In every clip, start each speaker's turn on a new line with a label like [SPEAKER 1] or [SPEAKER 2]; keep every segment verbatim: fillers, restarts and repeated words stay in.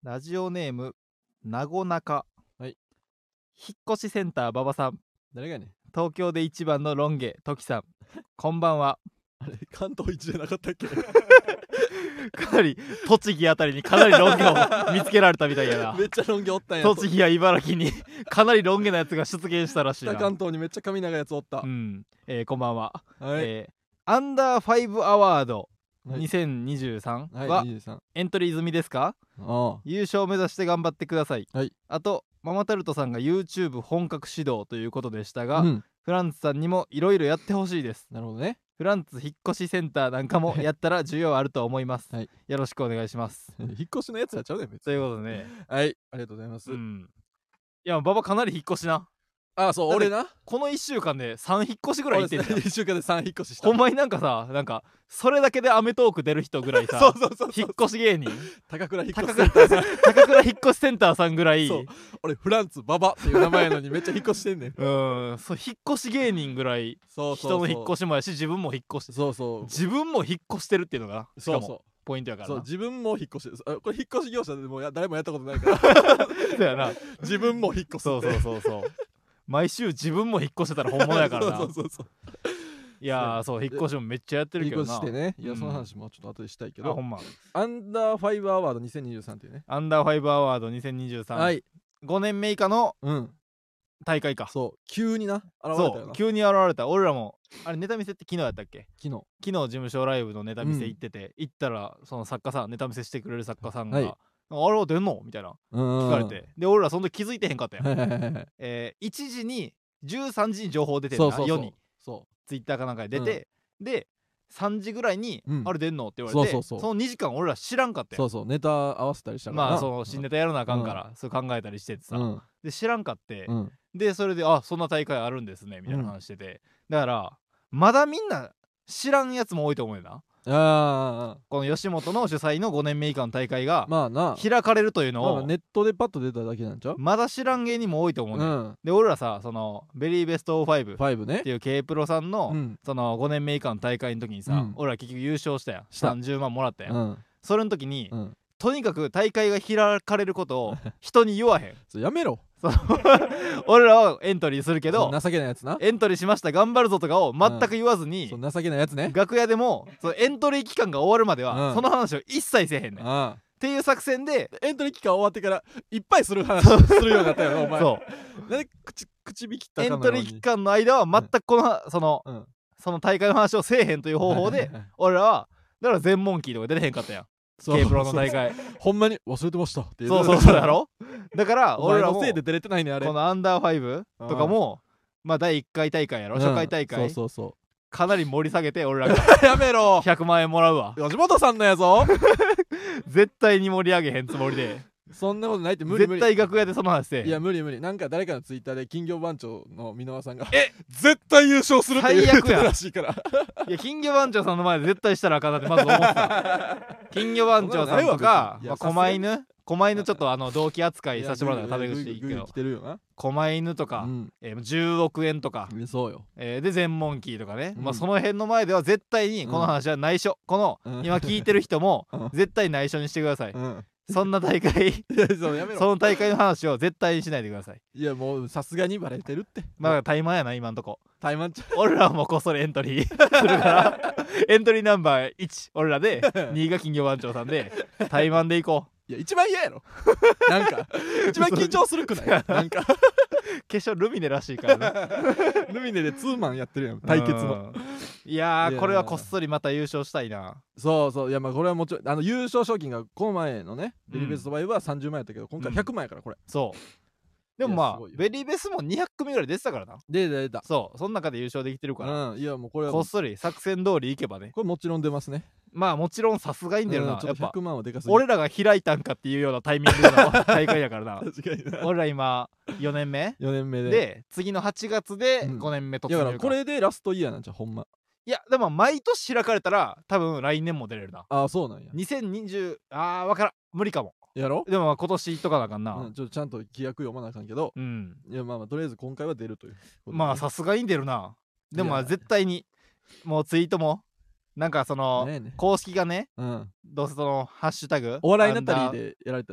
[SPEAKER 1] ラジオネームなごなか。
[SPEAKER 2] はい。
[SPEAKER 1] 引っ越しセンター馬場さん。
[SPEAKER 2] 誰がやねん。
[SPEAKER 1] 東京で一番のロン毛トキさん。こんばんは。
[SPEAKER 2] あれ関東一じゃなかったっけ？
[SPEAKER 1] かなり栃木あたりにかなりロン毛を見つけられたみたいやな。
[SPEAKER 2] めっちゃロン毛おったんや。
[SPEAKER 1] 栃木や茨城にかなりロン毛なやつが出現したらしいな。
[SPEAKER 2] 北関東にめっちゃ髪長いやつおった。
[SPEAKER 1] うん、えー、こんばんは。
[SPEAKER 2] はい。
[SPEAKER 1] えー、アンダーファイブアワード
[SPEAKER 2] はい
[SPEAKER 1] にせんにじゅうさん
[SPEAKER 2] はい、
[SPEAKER 1] は
[SPEAKER 2] にじゅうさん。
[SPEAKER 1] エントリー済みですか？
[SPEAKER 2] ああ。
[SPEAKER 1] 優勝を目指して頑張ってください。
[SPEAKER 2] はい。
[SPEAKER 1] あとママタルトさんが YouTube 本格始動ということでしたが、
[SPEAKER 2] うん、
[SPEAKER 1] フランツさんにもいろいろやってほしいです。
[SPEAKER 2] なるほどね。
[SPEAKER 1] フランツ引っ越しセンターなんかもやったら需要あると思います、
[SPEAKER 2] はい、
[SPEAKER 1] よろしくお願いします。
[SPEAKER 2] 引っ越しのやつやっちゃうねん別に。
[SPEAKER 1] ということでね、
[SPEAKER 2] はい、ありがとうございます。
[SPEAKER 1] うん、いや馬場かなり引っ越しな。
[SPEAKER 2] ああ、そう俺な、
[SPEAKER 1] このいっしゅうかんでさん引っ越しぐらい行ってんじゃん。
[SPEAKER 2] いっしゅうかんでさん引っ越しした。
[SPEAKER 1] ほんまになんかさ、なんかそれだけでアメトーク出る人ぐらいさ
[SPEAKER 2] そうそうそうそう、
[SPEAKER 1] 引っ越し芸人
[SPEAKER 2] 高倉引っ越
[SPEAKER 1] 高
[SPEAKER 2] しセンターさん。
[SPEAKER 1] 高倉引っ越しセンターさんぐらい、
[SPEAKER 2] そう俺フランツ馬場っていう名前やのにめっちゃ引っ越してんねん。
[SPEAKER 1] うんそう引っ越し芸人ぐらい
[SPEAKER 2] そうそうそう、
[SPEAKER 1] 人の引っ越しもやし自分も引っ越して、
[SPEAKER 2] そうそう、
[SPEAKER 1] 自分も引っ越してるっていうのがしかも
[SPEAKER 2] そうそう
[SPEAKER 1] ポイントやからな。
[SPEAKER 2] そう、自分も引っ越してる。あこれ引っ越し業者でもうや誰もやったことないから
[SPEAKER 1] そうやな。
[SPEAKER 2] 自分も引っ越すって。
[SPEAKER 1] そうそうそうそう毎週自分も引っ越してたら本物やからな。
[SPEAKER 2] そうそうそうそう、
[SPEAKER 1] いやーそう引っ越しもめっちゃやってるけどな。
[SPEAKER 2] 引っ越してね、いや、
[SPEAKER 1] うん
[SPEAKER 2] その話もちょっと後でしたいけど、
[SPEAKER 1] あほんま
[SPEAKER 2] アンダーファイブアワードにせんにじゅうさんっていうね、
[SPEAKER 1] アンダーファイブアワードにせんにじゅうさん、
[SPEAKER 2] はい、
[SPEAKER 1] ごねんめ以下の
[SPEAKER 2] うん
[SPEAKER 1] 大会か。
[SPEAKER 2] そう急にな現れた
[SPEAKER 1] そ
[SPEAKER 2] よな。
[SPEAKER 1] う急に現れた。俺らもあれネタ見せって昨日やったっけ？
[SPEAKER 2] 昨日
[SPEAKER 1] 昨日事務所ライブのネタ見せ行ってて、行ったらその作家さんネタ見せしてくれる作家さんが、
[SPEAKER 2] はい
[SPEAKER 1] あれは出んのみたいな聞
[SPEAKER 2] 聞
[SPEAKER 1] かれて、で俺らその時気づいてへんかったやん、
[SPEAKER 2] はいはいはいはい、
[SPEAKER 1] えー、いちじにじゅうさんじに情報出てんな。
[SPEAKER 2] そうそうそう
[SPEAKER 1] 世に
[SPEAKER 2] そ
[SPEAKER 1] ツイッターかなんかで出て、でさんじぐらいに、
[SPEAKER 2] うん
[SPEAKER 1] あれ出んのって言われて、
[SPEAKER 2] そうそうそう
[SPEAKER 1] そのにじかん俺ら知らんかったやん。
[SPEAKER 2] そうそうネタ合わせたりしたからな。
[SPEAKER 1] まあその新ネタやらなあかんから、そう考えたりしててさ、
[SPEAKER 2] うん
[SPEAKER 1] で知らんかって、
[SPEAKER 2] うん
[SPEAKER 1] でそれであそんな大会あるんですねみたいな話してて、だからまだみんな知らんやつも多いと思うよな。
[SPEAKER 2] ああ
[SPEAKER 1] この吉本の主催のごねんめ以下の大会が
[SPEAKER 2] まあな、
[SPEAKER 1] 開かれるというのを
[SPEAKER 2] まあネットでパッと出ただけなんちゃう。
[SPEAKER 1] まだ知らん芸人も多いと思うね、
[SPEAKER 2] うん
[SPEAKER 1] で俺らさそのベリーベストファイブっ
[SPEAKER 2] ファイブね
[SPEAKER 1] ていう K プロさんの、
[SPEAKER 2] うん
[SPEAKER 1] そのごねんめ以下の大会の時にさ、
[SPEAKER 2] うん
[SPEAKER 1] 俺ら結局優勝したやん。
[SPEAKER 2] した
[SPEAKER 1] さんじゅうまんもらったやん、
[SPEAKER 2] うん
[SPEAKER 1] それの時に、
[SPEAKER 2] うん
[SPEAKER 1] とにかく大会が開かれることを人に言わへん
[SPEAKER 2] それやめろ。
[SPEAKER 1] その俺らはエントリーするけど
[SPEAKER 2] その情けないやつな。
[SPEAKER 1] エントリーしました頑張るぞとかを全く言わずに、
[SPEAKER 2] その情けないやつね。
[SPEAKER 1] 楽屋でもそのエントリー期間が終わるまでは、
[SPEAKER 2] うん
[SPEAKER 1] その話を一切せえへんねんっ
[SPEAKER 2] あ
[SPEAKER 1] ていう作戦で、
[SPEAKER 2] あエントリー期間終わってからいっぱいする話するようになったよなお前。
[SPEAKER 1] そう
[SPEAKER 2] なんで口口引きった
[SPEAKER 1] エ
[SPEAKER 2] か
[SPEAKER 1] ントリー期間の間は全くこの、その
[SPEAKER 2] うん
[SPEAKER 1] その大会の話をせえへんという方法で俺らはだから全問キーとか出てへんかったやん。 K プロの大会
[SPEAKER 2] ほんまに忘れてましたって言
[SPEAKER 1] そうそうそうやろ。だから俺らも
[SPEAKER 2] 俺らのせいで出れてないねあれ。
[SPEAKER 1] このアンダーファイブとかもまあだいいっかい大会やろ、初回大会、
[SPEAKER 2] うんそうそうそ
[SPEAKER 1] かなり盛り下げて俺らが
[SPEAKER 2] うやめろ
[SPEAKER 1] ひゃくまんえんもらうわ。
[SPEAKER 2] 吉本さんのやぞ
[SPEAKER 1] 絶対に盛り上げへんつもりで
[SPEAKER 2] そんなことないって無理無理。
[SPEAKER 1] 絶対楽屋でその話せえへん。
[SPEAKER 2] いや無理無理。なんか誰かのツイッターで金魚番長の箕輪さんが
[SPEAKER 1] え
[SPEAKER 2] 絶対優勝するって言って
[SPEAKER 1] 最悪や
[SPEAKER 2] たらしいから
[SPEAKER 1] いや金魚番長さんの前で絶対したらあかんなってまず思ってた金魚番長さんとか、まあ、狛犬狛犬ちょっとあの同期扱いさせてもらったら食べ口でいいけど
[SPEAKER 2] 来てるよな。
[SPEAKER 1] 狛犬とか、
[SPEAKER 2] うん
[SPEAKER 1] えーじゅうおくえんとか、
[SPEAKER 2] そうよ。
[SPEAKER 1] えーで全問キーとかね、
[SPEAKER 2] うん
[SPEAKER 1] まあ、その辺の前では絶対にこの話は内緒、この
[SPEAKER 2] うん
[SPEAKER 1] 今聞いてる人も
[SPEAKER 2] うん
[SPEAKER 1] 絶対内緒にしてください、
[SPEAKER 2] うん
[SPEAKER 1] そんな大会
[SPEAKER 2] いやそうやめろ。
[SPEAKER 1] その大会の話を絶対にしないでください。
[SPEAKER 2] いやもうさすがにバレてるって。
[SPEAKER 1] まあ怠慢やな今んとこ。
[SPEAKER 2] タイマンちゃ
[SPEAKER 1] 俺らはもうこっそりエントリーするからエントリーナンバーいち俺らでにいが金魚番長さんで怠慢でいこう。
[SPEAKER 2] いや一番嫌やろなんか一番緊張するくないなんか
[SPEAKER 1] 決勝ルミネらしいからね
[SPEAKER 2] ルミネでツーマンやってるやん対決の。
[SPEAKER 1] うんいやー
[SPEAKER 2] いやー
[SPEAKER 1] これはこっそりまた優勝したいな。
[SPEAKER 2] そうそういやまあこれはもちろんあの優勝賞金がこの前のね
[SPEAKER 1] うん
[SPEAKER 2] ベリーベストバイはさんじゅうまんやったけど今回ひゃくまんやからこれ。
[SPEAKER 1] そうでもまあ
[SPEAKER 2] いやすごいよ
[SPEAKER 1] ベリーベスもにひゃく組ぐらい出てたからな。
[SPEAKER 2] で出た。
[SPEAKER 1] そうその中で優勝できてるから、
[SPEAKER 2] うんいやもうこれは
[SPEAKER 1] こっそり作戦通りいけばね。
[SPEAKER 2] これもちろん出ますね。
[SPEAKER 1] まあもちろんさすがに出るな、
[SPEAKER 2] うんちょっと
[SPEAKER 1] やっぱ
[SPEAKER 2] ひゃくまんはでかすぎる。
[SPEAKER 1] 俺らが開いたんかっていうようなタイミングの大会やからな
[SPEAKER 2] 確かにな。
[SPEAKER 1] 俺ら今よねんめ
[SPEAKER 2] よねんめで。
[SPEAKER 1] で次のはちがつで
[SPEAKER 2] うん
[SPEAKER 1] ごねんめ突入か、
[SPEAKER 2] だからこれでラストイヤーなんちゃうほんま。
[SPEAKER 1] いやでも毎年開かれたら多分来年も出れるな。
[SPEAKER 2] ああそうなんや。
[SPEAKER 1] にせんにじゅうあー分からん無理かも。
[SPEAKER 2] やろ。
[SPEAKER 1] でもまあ今年とかなあかんな。
[SPEAKER 2] うんちょっとちゃんと規約読まなあかんけど。
[SPEAKER 1] うん
[SPEAKER 2] いやまあまあとりあえず今回は出るということでね。
[SPEAKER 1] まあさすがに出るな。でもまあ
[SPEAKER 2] いや
[SPEAKER 1] 絶対にもうツイートもなんかその
[SPEAKER 2] ねえね
[SPEAKER 1] 公式がね
[SPEAKER 2] うん。
[SPEAKER 1] どうせそのハッシュタグ
[SPEAKER 2] お笑いナタリー
[SPEAKER 1] アンダー
[SPEAKER 2] でやられたで。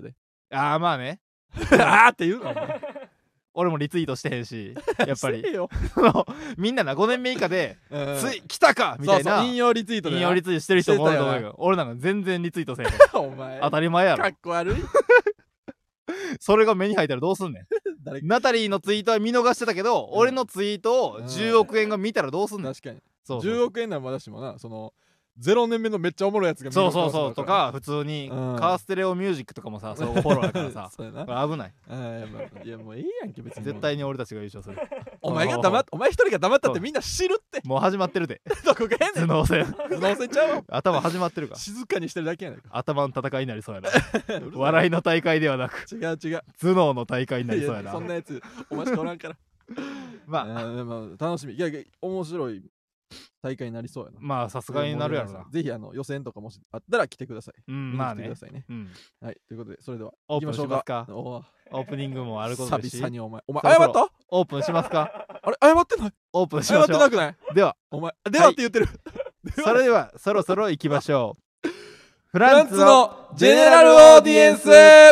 [SPEAKER 1] ああまあね
[SPEAKER 2] あーって言うの
[SPEAKER 1] 俺もリツイートしてへんしやっぱり
[SPEAKER 2] せえよ
[SPEAKER 1] みんななごねんめ以下で
[SPEAKER 2] うん
[SPEAKER 1] つい来たかみたいな
[SPEAKER 2] そうそう引用リツイートでな
[SPEAKER 1] 引用リツイートしてる人もおると思う
[SPEAKER 2] して
[SPEAKER 1] よ俺なんか全然リツイートせえへん
[SPEAKER 2] お前
[SPEAKER 1] 当たり前やろ
[SPEAKER 2] かっこ悪い
[SPEAKER 1] それが目に入ったらどうすんねん
[SPEAKER 2] 誰か
[SPEAKER 1] ナタリーのツイートは見逃してたけど、
[SPEAKER 2] うん
[SPEAKER 1] 俺のツイートをじゅうおくえんが見たらどうすんねん
[SPEAKER 2] 確かに
[SPEAKER 1] そうそう
[SPEAKER 2] じゅうおくえんならまだしもなそのゼロねんめのめっちゃおもろいやつが見
[SPEAKER 1] そう
[SPEAKER 2] る可能性もある
[SPEAKER 1] そうそうとか普通に
[SPEAKER 2] うん
[SPEAKER 1] カーステレオミュージックとかもさそうフォローだからさ
[SPEAKER 2] そうやな
[SPEAKER 1] これ危ない
[SPEAKER 2] あーいやまあいやもうええやんけ別に
[SPEAKER 1] 絶対に俺たちが優勝する
[SPEAKER 2] お前が黙っお前一人が黙ったってみんな知るって
[SPEAKER 1] もう始まってるで
[SPEAKER 2] どこがやねん
[SPEAKER 1] 頭脳戦
[SPEAKER 2] 頭脳戦ちゃうわ
[SPEAKER 1] 頭始まってるか
[SPEAKER 2] 静かにしてるだけやないか
[SPEAKER 1] 頭の戦いになりそうやな
[SPEAKER 2] うるさい
[SPEAKER 1] 笑いの大会ではなく
[SPEAKER 2] 違う違う
[SPEAKER 1] 頭脳の大会になりそうや
[SPEAKER 2] い
[SPEAKER 1] な
[SPEAKER 2] やそんなやつお前しかおらんから
[SPEAKER 1] まあ
[SPEAKER 2] あーまあ楽しみいやいや面白い大会になりそうやな
[SPEAKER 1] まあさすがになるやろな
[SPEAKER 2] ぜひあの予選とかもしあったら来てください
[SPEAKER 1] うんまあね
[SPEAKER 2] 見に来てくださいね
[SPEAKER 1] うん
[SPEAKER 2] はいということでそれでは
[SPEAKER 1] オープン
[SPEAKER 2] 行きましょう
[SPEAKER 1] しますか
[SPEAKER 2] おー
[SPEAKER 1] オープニングもあることですし
[SPEAKER 2] 久々にお前お前
[SPEAKER 1] そろそろ
[SPEAKER 2] 謝った
[SPEAKER 1] オープンしますか
[SPEAKER 2] あれ謝ってない
[SPEAKER 1] オープンし
[SPEAKER 2] 謝
[SPEAKER 1] ましょう
[SPEAKER 2] ってなくない
[SPEAKER 1] では
[SPEAKER 2] お前ではって言ってる
[SPEAKER 1] それではそろそろ行きましょうフ
[SPEAKER 2] フ
[SPEAKER 1] ランツの
[SPEAKER 2] ランツのジェネラルオーディエンス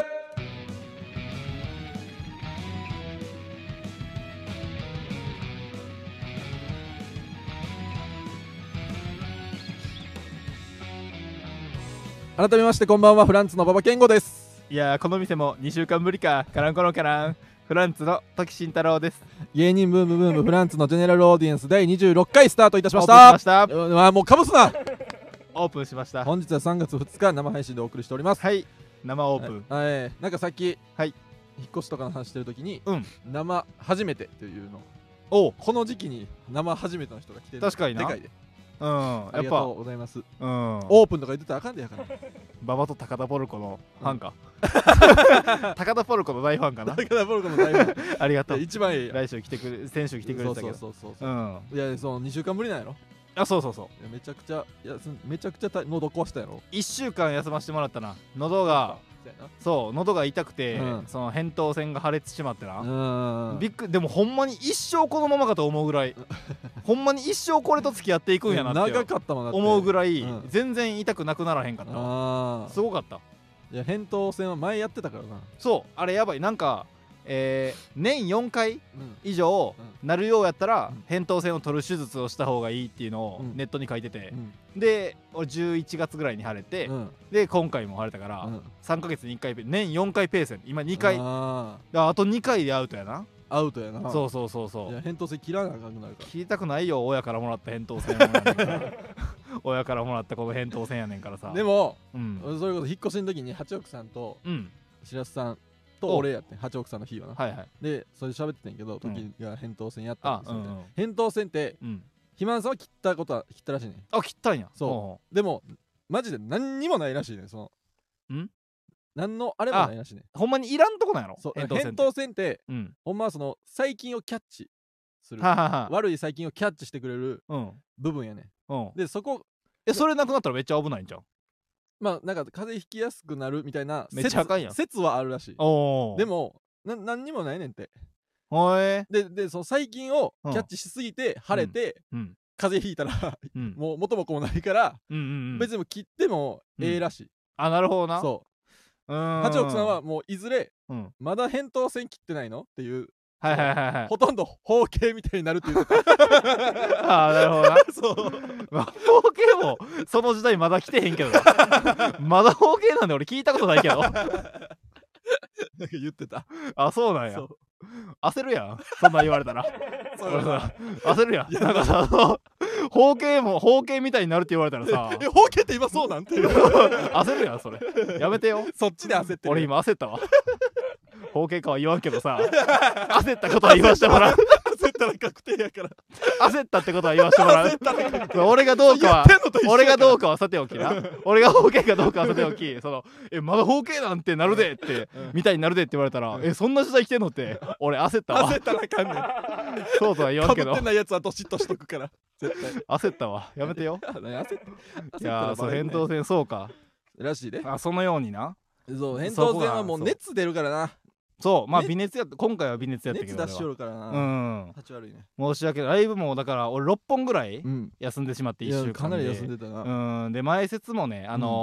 [SPEAKER 2] 改めましてこんばんはフランツの馬場健吾です
[SPEAKER 1] いやーこの店もにしゅうかんぶりかカランコロンカランフランツの時慎太郎です
[SPEAKER 2] 芸人ブームブームフランツのジェネラルオーディエンスだいにじゅうろっかいスタートいたしまし
[SPEAKER 1] オープンしたました
[SPEAKER 2] うわもうかぶすな
[SPEAKER 1] オープンしました
[SPEAKER 2] 本日はさんがつふつか生配信でお送りしております
[SPEAKER 1] はい生オープン
[SPEAKER 2] はい、はいなんかさっき、
[SPEAKER 1] はい
[SPEAKER 2] 引っ越しとかの話してる時に、
[SPEAKER 1] うん
[SPEAKER 2] 生初めてっていうの
[SPEAKER 1] おう
[SPEAKER 2] この時期に生初めての人が来てる
[SPEAKER 1] 確かにな
[SPEAKER 2] でかいで
[SPEAKER 1] うん
[SPEAKER 2] あ
[SPEAKER 1] やっぱ
[SPEAKER 2] りがとうございます
[SPEAKER 1] うん
[SPEAKER 2] オープンとか言ってたらあかんでやから
[SPEAKER 1] 馬場と高田ポルコのファンか高田ポルコの大ファンかな
[SPEAKER 2] だからボルコの大ファン
[SPEAKER 1] ありがとう
[SPEAKER 2] 一番いいや
[SPEAKER 1] 来週来てくれ先週来てくれてたけど
[SPEAKER 2] そうそうそうそうう、
[SPEAKER 1] ん
[SPEAKER 2] いやそうにしゅうかんぶりなんやろ
[SPEAKER 1] あそうそうそう
[SPEAKER 2] いやめちゃくちゃいやすめちゃくちゃた喉壊したやろ
[SPEAKER 1] いっしゅうかん休ませてもらったな喉が
[SPEAKER 2] そうや
[SPEAKER 1] そう喉が痛くて、
[SPEAKER 2] うん
[SPEAKER 1] その扁桃腺が破裂しまってな、
[SPEAKER 2] な
[SPEAKER 1] びっくでもほんまに一生このままかと思うぐらいほんまに一生これと付き合っていくんやなって
[SPEAKER 2] 長かったもんだって
[SPEAKER 1] 思うぐらい、
[SPEAKER 2] うん
[SPEAKER 1] 全然痛くなくならへんかった
[SPEAKER 2] ああ
[SPEAKER 1] すごかった
[SPEAKER 2] いや扁桃腺は前やってたからな
[SPEAKER 1] そうあれやばいなんかえー、年よんかい
[SPEAKER 2] うん
[SPEAKER 1] 以上
[SPEAKER 2] う
[SPEAKER 1] なるようやったら、
[SPEAKER 2] うん
[SPEAKER 1] 扁桃腺を取る手術をした方がいいっていうのを
[SPEAKER 2] うん
[SPEAKER 1] ネットに書いてて
[SPEAKER 2] う、ん
[SPEAKER 1] で俺じゅういちがつぐらいに腫れて、
[SPEAKER 2] うん
[SPEAKER 1] で今回も腫れたから、
[SPEAKER 2] うん
[SPEAKER 1] さんかげつにいっかい年よんかいペースやねん今にかい
[SPEAKER 2] あ
[SPEAKER 1] ああとにかいでアウトやな
[SPEAKER 2] ーアウトやな
[SPEAKER 1] そうそうそうそう
[SPEAKER 2] いや扁桃腺切らなあかんくなるから
[SPEAKER 1] 聞きたくないよ親からもらった扁桃腺やねんから親からもらったこの扁桃腺やねんからさ
[SPEAKER 2] でも
[SPEAKER 1] うん
[SPEAKER 2] それこそ引っ越しの時に八億さんと
[SPEAKER 1] うん
[SPEAKER 2] 白洲さんと
[SPEAKER 1] お
[SPEAKER 2] 俺やってん八億さんの日はな
[SPEAKER 1] はいはい
[SPEAKER 2] でそれで喋ってたんやけど時が扁桃腺やったんですよみたいな
[SPEAKER 1] あ
[SPEAKER 2] 扁桃腺って
[SPEAKER 1] うん
[SPEAKER 2] 肥満さんは切ったことは切ったらしいね
[SPEAKER 1] あ切ったんや
[SPEAKER 2] そうでもマジで何にもないらしいねその
[SPEAKER 1] ん
[SPEAKER 2] 何のあれもないらしいね
[SPEAKER 1] うほんまにいらんとこなんやろ
[SPEAKER 2] そう
[SPEAKER 1] 扁桃腺って
[SPEAKER 2] 扁桃腺って
[SPEAKER 1] うん
[SPEAKER 2] ほんまはその細菌をキャッチする
[SPEAKER 1] ははは
[SPEAKER 2] 悪い細菌をキャッチしてくれる
[SPEAKER 1] うん
[SPEAKER 2] 部分やね
[SPEAKER 1] うん
[SPEAKER 2] でそこ
[SPEAKER 1] えそれなくなったらめっちゃ危ないんじゃん
[SPEAKER 2] まあなんか風邪ひきやすくなるみたいな
[SPEAKER 1] めっちゃあかんやん
[SPEAKER 2] 説説はあるらしい
[SPEAKER 1] おお
[SPEAKER 2] でもな何にもないねんって
[SPEAKER 1] おえ
[SPEAKER 2] ででその細菌を
[SPEAKER 1] うん
[SPEAKER 2] キャッチしすぎて腫れて、
[SPEAKER 1] うん
[SPEAKER 2] 風邪ひいたら
[SPEAKER 1] うん
[SPEAKER 2] もう元も子もないから、
[SPEAKER 1] うんうんうん
[SPEAKER 2] 別にもう切ってもええらしい、
[SPEAKER 1] あなるほどな
[SPEAKER 2] そう
[SPEAKER 1] うーん
[SPEAKER 2] 八億さんはもういずれ
[SPEAKER 1] うん
[SPEAKER 2] まだ扁桃腺切ってないのっていう
[SPEAKER 1] はいはいはいはい
[SPEAKER 2] ほとんど包茎みたいになるって言って
[SPEAKER 1] ああなるほどな
[SPEAKER 2] たそう
[SPEAKER 1] まあ包茎もその時代まだ来てへんけどなまだ包茎なんで俺聞いたことないけど
[SPEAKER 2] なんか言ってた
[SPEAKER 1] あそうなんや
[SPEAKER 2] そう
[SPEAKER 1] 焦るやんそんなん言われたら
[SPEAKER 2] そう
[SPEAKER 1] 俺さ焦るやん
[SPEAKER 2] いや
[SPEAKER 1] なんかさあの包茎も包茎みたいになるって言われたらさ
[SPEAKER 2] え包茎って今そうなんて
[SPEAKER 1] 焦るやんそれやめてよ
[SPEAKER 2] そっちで焦ってる
[SPEAKER 1] 俺今焦ったわ包茎かは言わんけどさ焦ったことは言わしてもらう
[SPEAKER 2] 焦ったら確定やから
[SPEAKER 1] 焦ったってことは言わしてもら
[SPEAKER 2] 焦ったら確定
[SPEAKER 1] う俺がどうかは
[SPEAKER 2] 言ってんのと一緒や
[SPEAKER 1] 俺がどう
[SPEAKER 2] か
[SPEAKER 1] かはさておきな俺が包茎かどうかはさておきそのえまだ包茎なんてなるでって
[SPEAKER 2] うん
[SPEAKER 1] みたいになるでって言われたらえそんな時代来てんのって俺焦ったわ
[SPEAKER 2] ら焦ったらあかんねん
[SPEAKER 1] そうとは言わんけど
[SPEAKER 2] かぶってないやつはどしっとしとくから絶対
[SPEAKER 1] 焦ったわやめてよ
[SPEAKER 2] 焦った焦った
[SPEAKER 1] い
[SPEAKER 2] 焦
[SPEAKER 1] やーそう扁桃腺そうか
[SPEAKER 2] らしいで
[SPEAKER 1] あそのようにな
[SPEAKER 2] そう扁
[SPEAKER 1] そこが
[SPEAKER 2] 桃腺はもう熱出るからな
[SPEAKER 1] そうまあ
[SPEAKER 2] ね
[SPEAKER 1] 微熱やった今回は微熱やったけ
[SPEAKER 2] 熱出し
[SPEAKER 1] ど俺は
[SPEAKER 2] よるからな
[SPEAKER 1] うん
[SPEAKER 2] 立ち悪いね
[SPEAKER 1] 申し訳ないライブもだから俺ろっぽんぐらい
[SPEAKER 2] うん
[SPEAKER 1] 休んでしまって1
[SPEAKER 2] いや
[SPEAKER 1] 週間で
[SPEAKER 2] かなり休んでたな
[SPEAKER 1] うんで前説もねあのー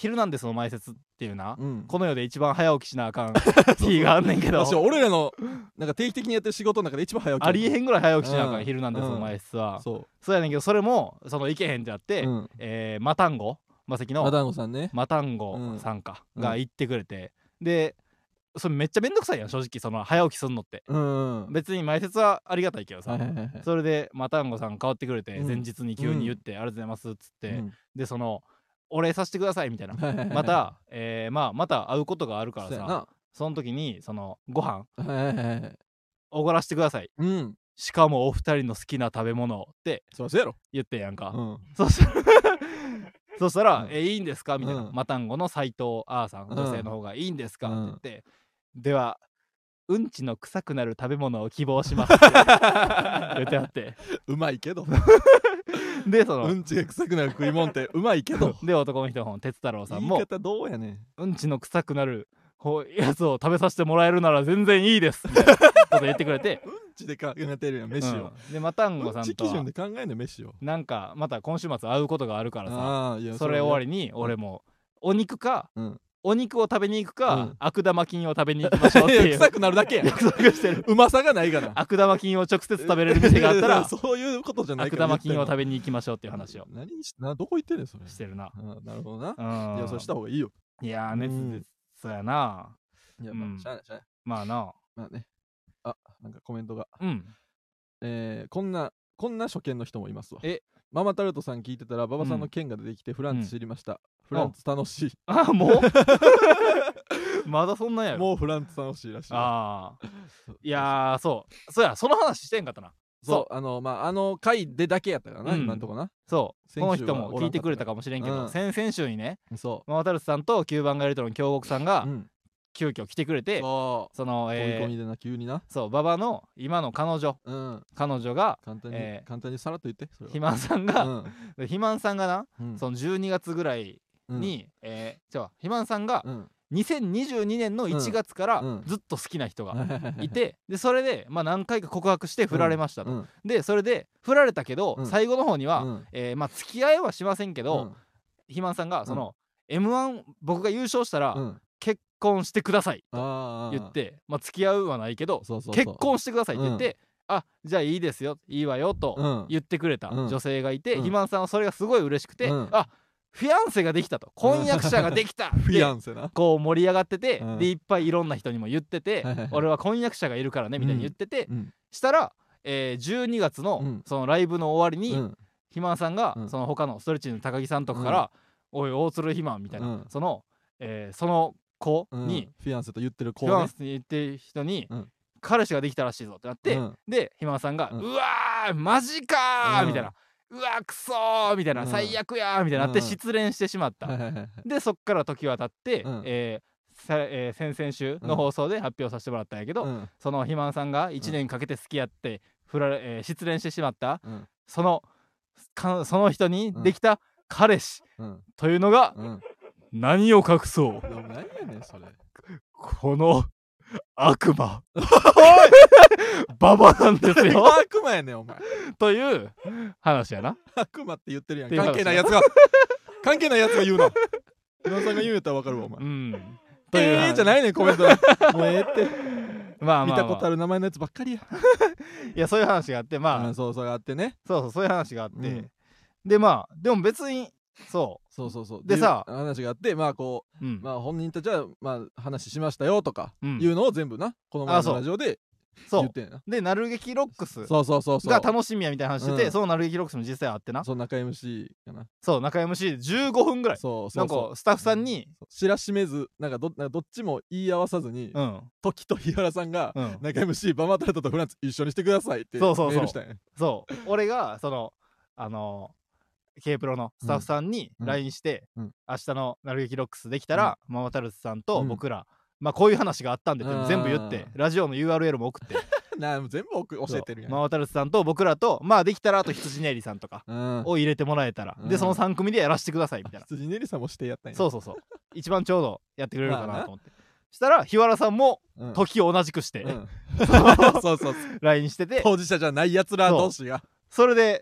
[SPEAKER 1] ヒルナンデスの前説っていうな、
[SPEAKER 2] うん、
[SPEAKER 1] この世で一番早起きしなあかん日があんねんけど
[SPEAKER 2] 私俺らのなんか定期的にやってる仕事の中で一番早起き
[SPEAKER 1] ありえへんぐらい早起きしなあかん、
[SPEAKER 2] うん、
[SPEAKER 1] ヒルナンデスの前説は、
[SPEAKER 2] うん、そう
[SPEAKER 1] そうやねんけど、それもそのいけへんってなって、うん、えー、マタンゴマセキの
[SPEAKER 2] マタンゴさんね
[SPEAKER 1] マタンゴさんか、
[SPEAKER 2] うん、
[SPEAKER 1] が行ってくれて、でそれめっちゃめんどくさいやん正直、その早起きすんのって、
[SPEAKER 2] うんうん、
[SPEAKER 1] 別に前説はありがたいけどさ、
[SPEAKER 2] はいはいはい、
[SPEAKER 1] それでマタンゴさん変わってくれて、
[SPEAKER 2] うん、
[SPEAKER 1] 前日に急に言って、うん、ありがとうございますっつって、うん、でそのお礼させてくださいみたいなまた、えー、まあまた会うことがあるからさ、 そ, その時にそのご飯おごらせてください、うん、しかもお二人の好きな食べ物って言ってんやんか、うん、そしたらそしたら、うん、えいいんですかみたいな、うん、マタンゴの斎藤あーさん、女性の方がいいんですか、うん、って言って、ではうんちの臭くなる食べ物を希望しますって言ってあって
[SPEAKER 2] うまいけど
[SPEAKER 1] でその
[SPEAKER 2] うんちが臭くなる食い物ってうまいけど
[SPEAKER 1] で男の人の哲太郎さんも
[SPEAKER 2] 言い方どうやねん、
[SPEAKER 1] うんちの臭くなるやつを食べさせてもらえるなら全然いいですみたいなこと言ってくれて
[SPEAKER 2] うんちで考えてるやん飯を、
[SPEAKER 1] うん、でマタンゴさんとはうんち
[SPEAKER 2] 基準で考えんねん飯を、
[SPEAKER 1] なんかまた今週末会うことがあるからさ、それ終わりに俺もお肉か、うん、お肉を食べに行くか、うん、悪玉菌を食べに行きましょうっていう
[SPEAKER 2] 臭くなるだけや約束してるうまさがないかな、
[SPEAKER 1] 悪玉菌を直接食べれる店があったら
[SPEAKER 2] そういうことじゃないか
[SPEAKER 1] ら悪玉菌を食べに行きましょうっていう話を
[SPEAKER 2] 何しなどこ行ってんねんそれ
[SPEAKER 1] してるな、
[SPEAKER 2] あなるほどな、うん、いやそうした方がいいよ、
[SPEAKER 1] いやー熱でそうやな、
[SPEAKER 2] いやまあ、うん、しゃあないしゃあない、
[SPEAKER 1] まあな
[SPEAKER 2] まあね、あなんかコメントが、
[SPEAKER 1] うん、
[SPEAKER 2] えー、こんなこんな初見の人もいますわ。えママタルトさん聞いてたら馬場さんの件が出てきてフランツ知りました、うん、フランツ楽しい、
[SPEAKER 1] ああもうまだそんなんやろ、
[SPEAKER 2] もうフランツ楽しいらしい、
[SPEAKER 1] ああいやーそうそうやその話してんかったな、
[SPEAKER 2] そうあのまああの回でだけやったからな、うん、今んとこな、
[SPEAKER 1] そうこの人も聞いてくれたかもしれんけど、うん、先々週にねそうママタルトさんときゅうばんがやりとりの京極さんが、うん急遽来てくれて、
[SPEAKER 2] そう
[SPEAKER 1] その
[SPEAKER 2] えー、飛び込みでな急にな、
[SPEAKER 1] そう馬場の今の彼女、うん、彼女が
[SPEAKER 2] 簡単に、えー、簡単にさらっと言ってそれは
[SPEAKER 1] 肥満さんが、うん、肥満さんがな、うん、そのじゅうにがつぐらいに、うん、えー、じゃあ肥満さんが、うん、にせんにじゅうにねんのいちがつからずっと好きな人がいて、でそれで、まあ、何回か告白して振られましたと、うん、でそれで振られたけど、うん、最後の方には、うんえーまあ、付き合いはしませんけど、肥満さんがその、うん、エムワン 僕が優勝したら、うん結婚してくださいと言って、まあ、付き合うはないけどそうそうそう結婚してくださいって言って、うん、あじゃあいいですよいいわよと言ってくれた女性がいて、うん、肥満さんはそれがすごい嬉しくて、うん、あフィアンセができたと婚約者ができたって
[SPEAKER 2] フィアンセな
[SPEAKER 1] こう盛り上がってて、うん、でいっぱいいろんな人にも言ってて俺は婚約者がいるからねみたいに言ってて、うん、したら、えー、じゅうにがつのそのライブの終わりに、うん、肥満さんがその他のストレッチの高木さんとかから「おい大鶴肥満」みたいな、その、えー、その子に、
[SPEAKER 2] うん、フィアンセと言ってる子、ね、
[SPEAKER 1] フィアンセと言ってる人に、うん、彼氏ができたらしいぞってなって、うん、でひまさんが、うん、うわーマジかー、うん、みたいなうわーくそーみたいな、うん、最悪やーみたいなって失恋してしまった、うん、でそっから時は経って、うんえーさえー、先々週の放送で発表させてもらったんやけど、うん、そのひまさんがいちねんかけて付き合って振られ、えー、失恋してしまった、うん、そのかその人にできた彼氏、うん、というのが、うん何を隠そう
[SPEAKER 2] 何やねんそれ
[SPEAKER 1] この悪魔ババなんですよ
[SPEAKER 2] 悪魔やねんお前
[SPEAKER 1] という話やな
[SPEAKER 2] 悪魔って言ってるやん関係ないやつが関係ないやつが言うな今さんが言うんやったら分かるわお前うんというええじゃないねんコメントもうええってまあまあ、まあ、見たことある名前のやつばっかりや
[SPEAKER 1] いやそういう話があってまあ、
[SPEAKER 2] うん、そうそうあってね
[SPEAKER 1] そうそうそういう話があって、うん、でまあでも別にそう
[SPEAKER 2] そうそうそう
[SPEAKER 1] でさ
[SPEAKER 2] 話があってまあこう、うん、まあ本人たちはまあ話しましたよとかいうのを全部な、うん、この前のラジオで言ってんな
[SPEAKER 1] でなる劇ロックス
[SPEAKER 2] そうそうそうそう
[SPEAKER 1] が楽しみやみたいな話してて、うん、そのなる劇ロックスも実際あってな
[SPEAKER 2] そう中 エムシー かなそう
[SPEAKER 1] 中 エムシー でじゅうごふんぐらいそうそうそうなんかスタッフさんに
[SPEAKER 2] 知らしめずなんか ど, なんかどっちも言い合わさずに、うん、時と日原さんが、うん、中 エムシー バマタルトとフランツ一緒にしてくださいってメールしたんや
[SPEAKER 1] そう俺がそのあのK プロのスタッフさんに ライン して、うん、明日のなる劇ロックスできたら、うん、ママタルトさんと僕ら、うん、まあこういう話があったんでって全部言ってラジオの ユーアールエル も送って
[SPEAKER 2] なあ全部教えてるやん
[SPEAKER 1] ママタルトさんと僕らとまあできたらあと羊ねりさんとかを入れてもらえたら、うん、でそのさん組でやらせてくださいみたいな
[SPEAKER 2] 羊ねりさんもしてやったんや
[SPEAKER 1] そうそうそう一番ちょうどやってくれるかなと思ってしたら日原さんも時を同じくして、うん、そうそうそう ライン してて
[SPEAKER 2] 当事者じゃないやつら同士が
[SPEAKER 1] それで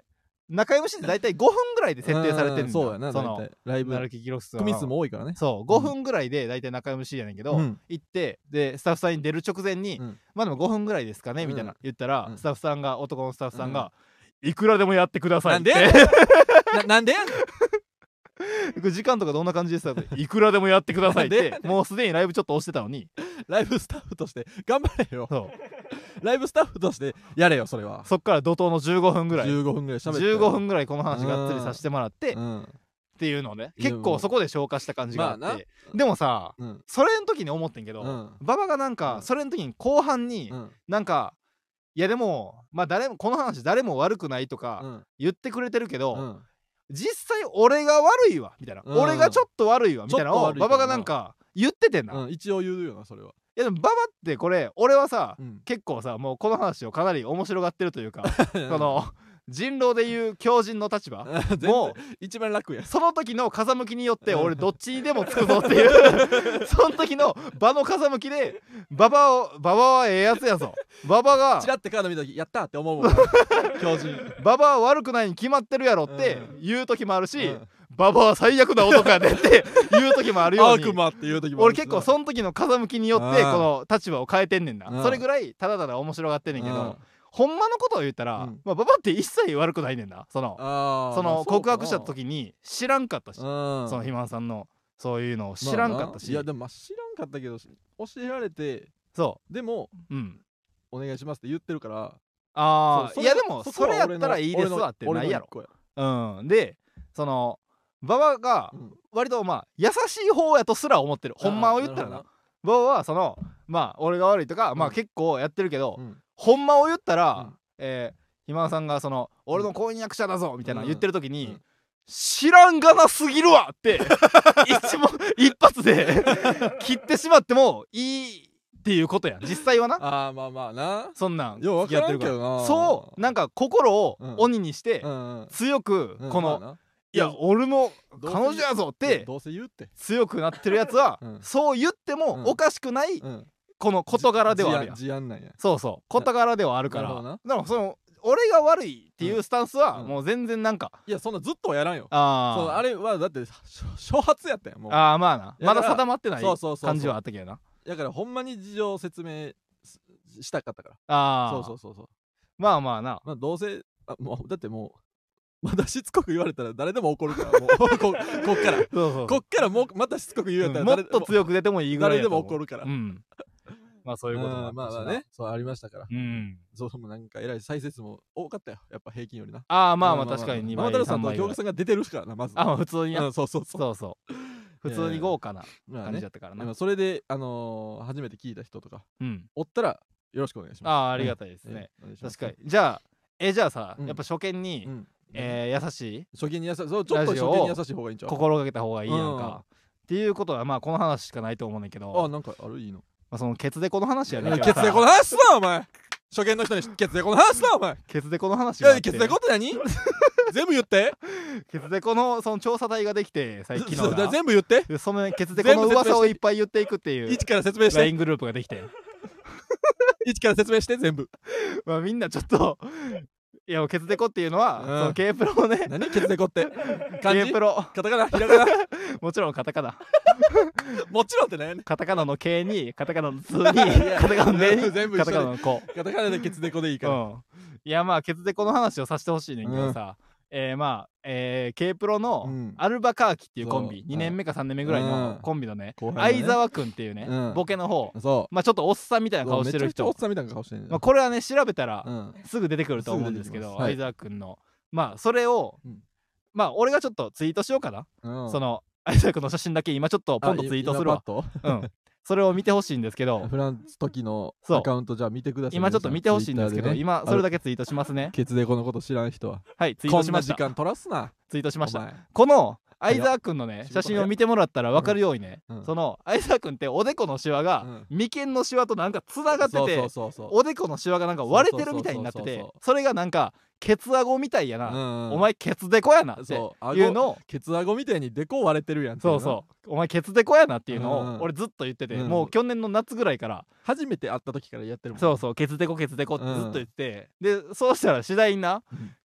[SPEAKER 1] 中 エムシー って大体ごふんぐらいで設定されてるんだ。
[SPEAKER 2] そうやな。
[SPEAKER 1] その
[SPEAKER 2] ライブ
[SPEAKER 1] なるき記録室
[SPEAKER 2] 組数も多いからね。
[SPEAKER 1] そうごふんぐらいで大体中 エムシー やねんけど、行ってでスタッフさんに出る直前にまあでもごふんぐらいですかねみたいな言ったら、スタッフさんが男のスタッフさんがいくらでもやってくださいって。
[SPEAKER 2] なんでやねん。
[SPEAKER 1] 時間とかどんな感じでしたいくらでもやってくださいってもうすでにライブちょっと押してたのに、
[SPEAKER 2] ライブスタッフとして頑張れよ。ライブスタッフとしてやれよそれは。
[SPEAKER 1] そっから怒涛のじゅうごふんぐらい
[SPEAKER 2] じゅうごふんぐらい喋って
[SPEAKER 1] じゅうごふんぐらいこの話がっつりさせてもらってっていうのをね、結構そこで消化した感じがあって、でもさそれの時に思ってんけど、馬場がなんかそれの時に後半になんかいやでもまあ誰もこの話誰も悪くないとか言ってくれてるけど、実際俺が悪いわみたいな、俺がちょっと悪いわみたいなのを馬場がなんか言っててんな。
[SPEAKER 2] 一応言うよなそれは。
[SPEAKER 1] いやでも馬場ってこれ俺はさ結構さもうこの話をかなり面白がってるというかその人狼でいう狂人の立場もう
[SPEAKER 2] 一番楽や。
[SPEAKER 1] その時の風向きによって俺どっちにでもつくぞっていうその時の場の風向きで馬場を馬場はええやつやぞ、馬場が
[SPEAKER 2] チラってカード見た時やったって思うもん狂人
[SPEAKER 1] 馬場は悪くないに決まってるやろって言う時もあるし、馬場は最悪な男やでって言う時もあるように
[SPEAKER 2] 悪魔っていう時もある。
[SPEAKER 1] 俺結構その時の風向きによってこの立場を変えてんねんな。それぐらいただただ面白がってんねんけど、ほんまのことを言ったら、まあ馬場って一切悪くないねんな。そのその告白した時に知らんかったし、その肥満さんのそういうのを知らんかったし、
[SPEAKER 2] いやでも知らんかったけど教えられて、
[SPEAKER 1] そう
[SPEAKER 2] でもお願いしますって言ってるから、
[SPEAKER 1] ああいやでもそれやったらいいですわってないやろ。うんでその馬場が割とまあ優しい方やとすら思ってる。ほんまを言ったらな、馬場はそのまあ俺が悪いとかまあ結構やってるけど、ほんまを言ったらえ肥満さんがその俺の婚約者だぞみたいな言ってる時に知らんがなすぎるわって一も一発で切ってしまってもいいっていうことやん実際はな。
[SPEAKER 2] ああまあまあな、
[SPEAKER 1] そんなん
[SPEAKER 2] よう分からんけどな。
[SPEAKER 1] そうなんか心を鬼にして強くこのいや俺の彼女やぞって
[SPEAKER 2] どうせ言うって
[SPEAKER 1] 強くなってるやつはそう言ってもおかしくないこの事柄ではあるやん。
[SPEAKER 2] 事案なんや。
[SPEAKER 1] そうそう事柄ではあるから、だからその俺が悪いっていうスタンスはもう全然なんか、
[SPEAKER 2] いやそんなずっとはやらんよ。
[SPEAKER 1] あ
[SPEAKER 2] ああれはだって初発やったやんもう。
[SPEAKER 1] ああまあなまだ定まってない感じはあったけどな。
[SPEAKER 2] だからほんまに事情を説明したかったから。
[SPEAKER 1] ああ
[SPEAKER 2] そうそうそうそう。
[SPEAKER 1] まあまあな、
[SPEAKER 2] まあどうせあもうだってもうまたしつこく言われたら誰でも怒るからもうここっからそうそうこっからもうまたしつこく言うやったら
[SPEAKER 1] もっと強く出てもいいぐらい
[SPEAKER 2] 誰でも怒るから、
[SPEAKER 1] まあそういうこと
[SPEAKER 2] もまあねそうありましたから、
[SPEAKER 1] うん
[SPEAKER 2] そうもなんかえらい再生も多かったよやっぱ平均よりな。
[SPEAKER 1] ああまあまあ確かににばい
[SPEAKER 2] ママタルさんと京極さんが出てるからなまず。
[SPEAKER 1] あ普通に
[SPEAKER 2] そうそうそう
[SPEAKER 1] そうそう普通に豪華な感じだったからな。
[SPEAKER 2] それであの初めて聞いた人とかおったらよろしくお願いします。
[SPEAKER 1] ああありがたいですね確かに。じゃあえじゃあさやっぱ初見にえ優しい
[SPEAKER 2] 初見に優しいそうちょっと初見に優しい方がいいんちゃう
[SPEAKER 1] 心がけた方がいいやんかっていうことはまあこの話しかないと思うねんけど。
[SPEAKER 2] あなんかあるいいの
[SPEAKER 1] そのケツデコの話やねん。
[SPEAKER 2] ケツデコの話すなお前初見の人にケツデコの話すなお前。
[SPEAKER 1] ケツデコの話
[SPEAKER 2] がケツデコって何全部言って
[SPEAKER 1] ケツデコのその調査隊ができて最近の
[SPEAKER 2] 全部言って
[SPEAKER 1] そのケツデコの噂をいっぱい言っていくっていう
[SPEAKER 2] 一から説明して
[SPEAKER 1] ライン グループができて
[SPEAKER 2] 一から説明して全部
[SPEAKER 1] まあみんなちょっといやケツデコっていうのは、うん、その K プロをね
[SPEAKER 2] 何ケツデコって漢字
[SPEAKER 1] K プロ
[SPEAKER 2] カタカナひらがな
[SPEAKER 1] もちろんカタカナ
[SPEAKER 2] もちろんってね
[SPEAKER 1] カタカナの K にカタカナのツーにカタカナのメに
[SPEAKER 2] 全部
[SPEAKER 1] カタカナのコ
[SPEAKER 2] カタカナでケツデコでいいから、うん、
[SPEAKER 1] いやまあケツデコの話をさせてほしいねんけどさ、うんえー、まあ、えー、K プロのアルバカーキっていうコンビ、うん、にねんめかさんねんめぐらいのコンビのね、うん、相沢くんっていうね、うん、ボケの方まあちょっとおっさんみたいな顔してる人
[SPEAKER 2] おっさんみたいな顔してる、
[SPEAKER 1] まあ、これはね調べたら、うん、すぐ出てくると思うんですけど、相沢くんのまあそれを、うん、まあ俺がちょっとツイートしようかな、うん、その相沢くんの写真だけ今ちょっとポンとツイートするわうんそれを見てほしいんですけど
[SPEAKER 2] フランス時のアカウントじゃあ見てください。
[SPEAKER 1] 今ちょっと見てほしいんですけど、ね、今それだけツイートしますね。
[SPEAKER 2] ケツデコのこと知らん人は
[SPEAKER 1] はいツイートしました。
[SPEAKER 2] こんな時間取らすな
[SPEAKER 1] ツイートしました。この相沢くんのね写真を見てもらったら分かるようにね、うん、その相沢くんっておでこのシワが、うん、眉間のシワとなんかつながってておでこのシワがなんか割れてるみたいになっててそれがなんかケツアゴみたいやな、うんうん、お前ケツデコやなっていうのを
[SPEAKER 2] ケツアゴみたいにデコ割れてるやんって
[SPEAKER 1] そうそうお前ケツデコやなっていうのを俺ずっと言ってて、うん、もう去年の夏ぐらいから
[SPEAKER 2] 初めて会った時からやってるもん、ね、
[SPEAKER 1] そうそうケツデコケツデコってずっと言って、うん、でそうしたら次第にな、うん、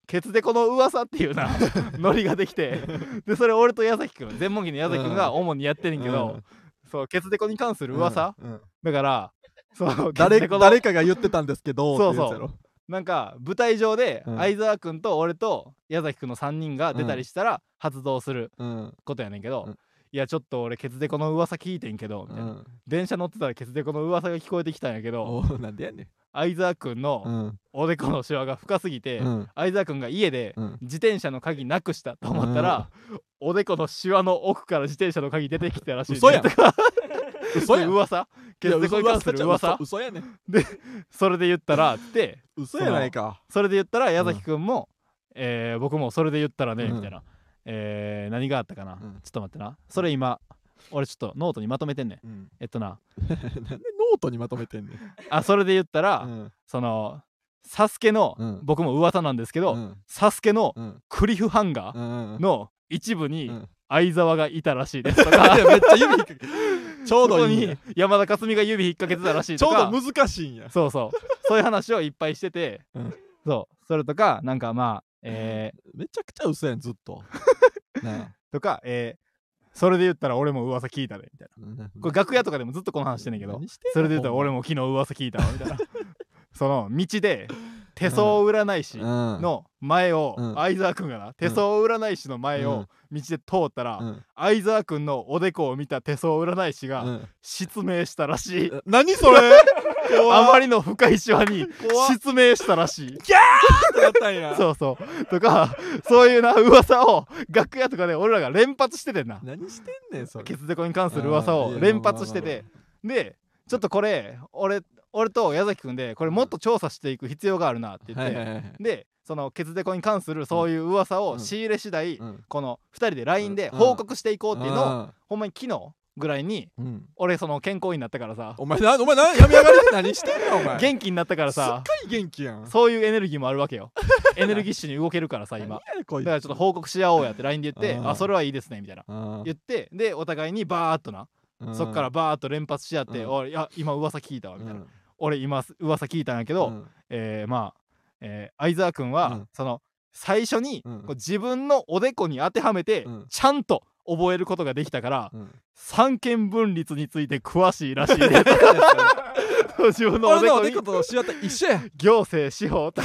[SPEAKER 1] ケツデコの噂っていうなノリができて、でそれ俺と矢崎くん、全問記の矢崎くんが主にやってるんけど、うん、そうケツデコに関する噂、うんうん、だからそう
[SPEAKER 2] 誰誰かが言ってたんですけど、
[SPEAKER 1] そうそうなんか舞台上で相沢くんと俺と矢崎くんのさんにんが出たりしたら発動することやねんけど、うんうん、いやちょっと俺ケツデコの噂聞いてんけどみたいな、うん、電車乗ってたらケツデコの噂が聞こえてきたんやけど、
[SPEAKER 2] なんでやねん、
[SPEAKER 1] 相沢くんのおでこのシワが深すぎて、うん、相沢くんが家で自転車の鍵なくしたと思ったら、うん、おでこのシワの奥から自転車の鍵出てきたらしい、ね、
[SPEAKER 2] 嘘やん
[SPEAKER 1] 嘘やん噂ケツデコに関する噂
[SPEAKER 2] 嘘やねん
[SPEAKER 1] でそれで言ったらって
[SPEAKER 2] 嘘やないか、
[SPEAKER 1] それで言ったら矢崎くんも、うん、えー、僕もそれで言ったらね、うん、みたいな、えー、何があったかな、うん、ちょっと待ってな、それ今俺ちょっとノートにまとめてんねん、うん、えっとな
[SPEAKER 2] なんでノートにまとめてんねん
[SPEAKER 1] あそれで言ったら、うん、そのサスケの、うん、僕も噂なんですけど、うん、サスケのクリフハンガーの一部に相沢がいたらしいですとか、
[SPEAKER 2] めっちゃ指引っ掛けちょうどいい
[SPEAKER 1] に山田勝美が指引っ掛けてたらしいとか、
[SPEAKER 2] ちょうど難しいんや、
[SPEAKER 1] そうそうそういう話をいっぱいしてて、うん、そうそれとかなんかまあ、えー、
[SPEAKER 2] めちゃくちゃ嘘やんずっと
[SPEAKER 1] ね、とか、えー、それで言ったら俺も噂聞いたでみたいな、これ楽屋とかでもずっとこの話してんねんけど、それで言ったら俺も昨日噂聞いたわみたいなその道で手相占い師の前を、うん、相沢くんがな、手相占い師の前を道で通ったら、うん、相沢くんのおでこを見た手相占い師が失明したらしい、うん、
[SPEAKER 2] 何それ
[SPEAKER 1] あまりの深いシワに失明したらしい、
[SPEAKER 2] ギャーってなったんや
[SPEAKER 1] そうそうとか、そういうな噂を楽屋とかで俺らが連発しててんな、
[SPEAKER 2] 何してんねんそれ、
[SPEAKER 1] ケツデコに関する噂を連発してて、でちょっとこれ俺俺と矢崎くんでこれもっと調査していく必要があるなって言って、はいはいはい、でそのケツデコに関するそういう噂を仕入れ次第、うん、このふたりで ライン で報告していこうっていうのを、うん、ほんまに昨日ぐらいに、うん、俺その健康になったからさ、
[SPEAKER 2] お前なお前な病み上がりで何してんのお前
[SPEAKER 1] 元気になったからさ、
[SPEAKER 2] すっかり元気やん、
[SPEAKER 1] そういうエネルギーもあるわけよエネルギッシュに動けるからさ今だからちょっと報告し合おうやって ライン で言って、あそれはいいですねみたいな言って、でお互いにバーっとな、そっからバーっと連発し合って、おいや今噂聞いたわみたいな、俺今噂聞いたんやけど、うん、えー、まあ、えー、相沢くんは、うん、その最初に、うん、こう自分のおでこに当てはめて、うん、ちゃんと覚えることができたから、うん、三権分立について詳しいらしいね自分のおでこに
[SPEAKER 2] 俺のおでことシワと一緒や
[SPEAKER 1] 行政司法と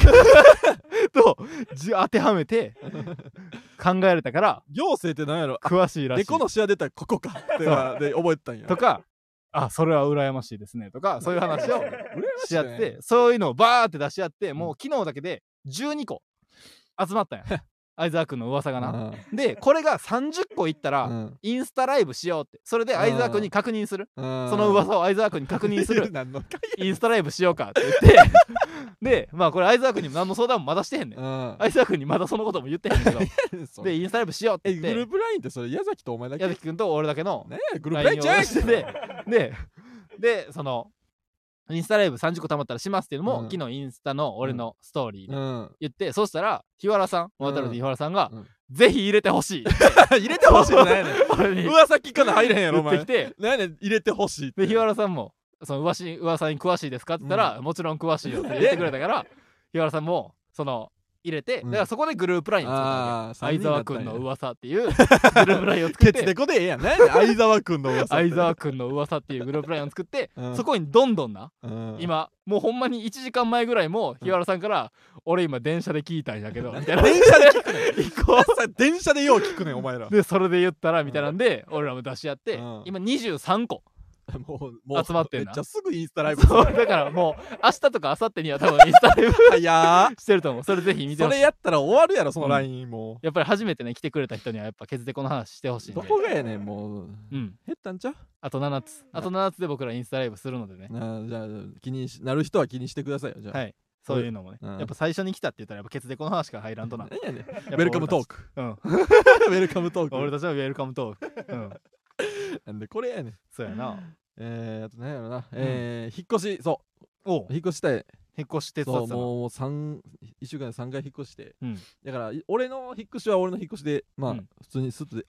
[SPEAKER 1] 当てはめて考えれたから
[SPEAKER 2] 行政って何やろ
[SPEAKER 1] 詳しいらしい、
[SPEAKER 2] でこのシワ出たらここかってで覚えてたんや
[SPEAKER 1] とか、あそれは羨ましいですねとか、そういう話をし合って、そういうのをバーって出し合って、もう昨日だけでじゅうにこ集まったんや相沢くんの噂がな、うん、でこれがさんじゅっこいったら、うん、インスタライブしようって、それで相沢くんに確認する、うん、その噂を相沢くんに確認するインスタライブしようかって言ってでまあこれ相沢くんにも何の相談もまだしてへんねん、うん、相沢くんにまだそのことも言ってへんけどでインスタライブしようって言って、
[SPEAKER 2] グループラインってそれ矢崎とお前だけ、
[SPEAKER 1] 矢崎くんと俺だけの
[SPEAKER 2] ねグループラインじゃない
[SPEAKER 1] しててででそのインスタライブさんじゅっこたまったらしますっていうのも、うん、昨日インスタの俺のストーリーで言って、うん、そうしたら日原さん、渡る日原さんが、うん、ぜひ入れてほしい
[SPEAKER 2] 入れてほしいの何やねん噂聞かな入れへんやろお前
[SPEAKER 1] 言ってきて、
[SPEAKER 2] 何やねん入れてほしいって
[SPEAKER 1] で日原さんもその噂噂に詳しいですかって言ったら、うん、もちろん詳しいよって言ってくれたから日原さんもその入れて、だからそこでグループラインを作ったわけ、相沢くんの噂っていうグループラインを作って
[SPEAKER 2] ケツデコでええやんね相沢くんの噂
[SPEAKER 1] 相沢くんの噂っていうグループラインを作って、うん、そこにどんどんな、うん、今もうほんまにいちじかんまえぐらいも日原さんから、うん、俺今電車で聞いたんやけどみたいな
[SPEAKER 2] 電車で聞くねん行こう電車でよう聞くねんお前ら
[SPEAKER 1] でそれで言ったらみたいなんで、うん、俺らも出し合って、うん、今にじゅうさんこもうもう集まってんな。
[SPEAKER 2] めっちゃすぐインスタライブ
[SPEAKER 1] そうだからもう明日とか明後日には多分インスタライブしてると思う。それぜひ見てほしい。
[SPEAKER 2] それやったら終わるやろその ライン、うん、もう
[SPEAKER 1] やっぱり初めてね来てくれた人にはやっぱケツデコの話してほしいんで。
[SPEAKER 2] どこがやねんもう、うん、減ったんちゃう。
[SPEAKER 1] あとななつあとななつで僕らインスタライブするのでね。
[SPEAKER 2] あじゃあ気になる人は気にしてくださいよ。じゃあ
[SPEAKER 1] はいそういうのもね、うん、やっぱ最初に来たって言ったらやっぱケツデコの話から入らんとな。
[SPEAKER 2] 何やねんウェルカムトーク。
[SPEAKER 1] うんウ
[SPEAKER 2] ェルカムトーク。
[SPEAKER 1] 俺たちはウェルカムトーク。うん
[SPEAKER 2] なんでこれやねん。
[SPEAKER 1] そうやな。
[SPEAKER 2] えー、あと何やろな、うん、えー、引っ越しそうお引っ越したい
[SPEAKER 1] 引っ越して
[SPEAKER 2] そうもう三いっしゅうかんでさんかい引っ越して、うん、だから俺の引っ越しは俺の引っ越しでまあ、うん、普通にスッとであ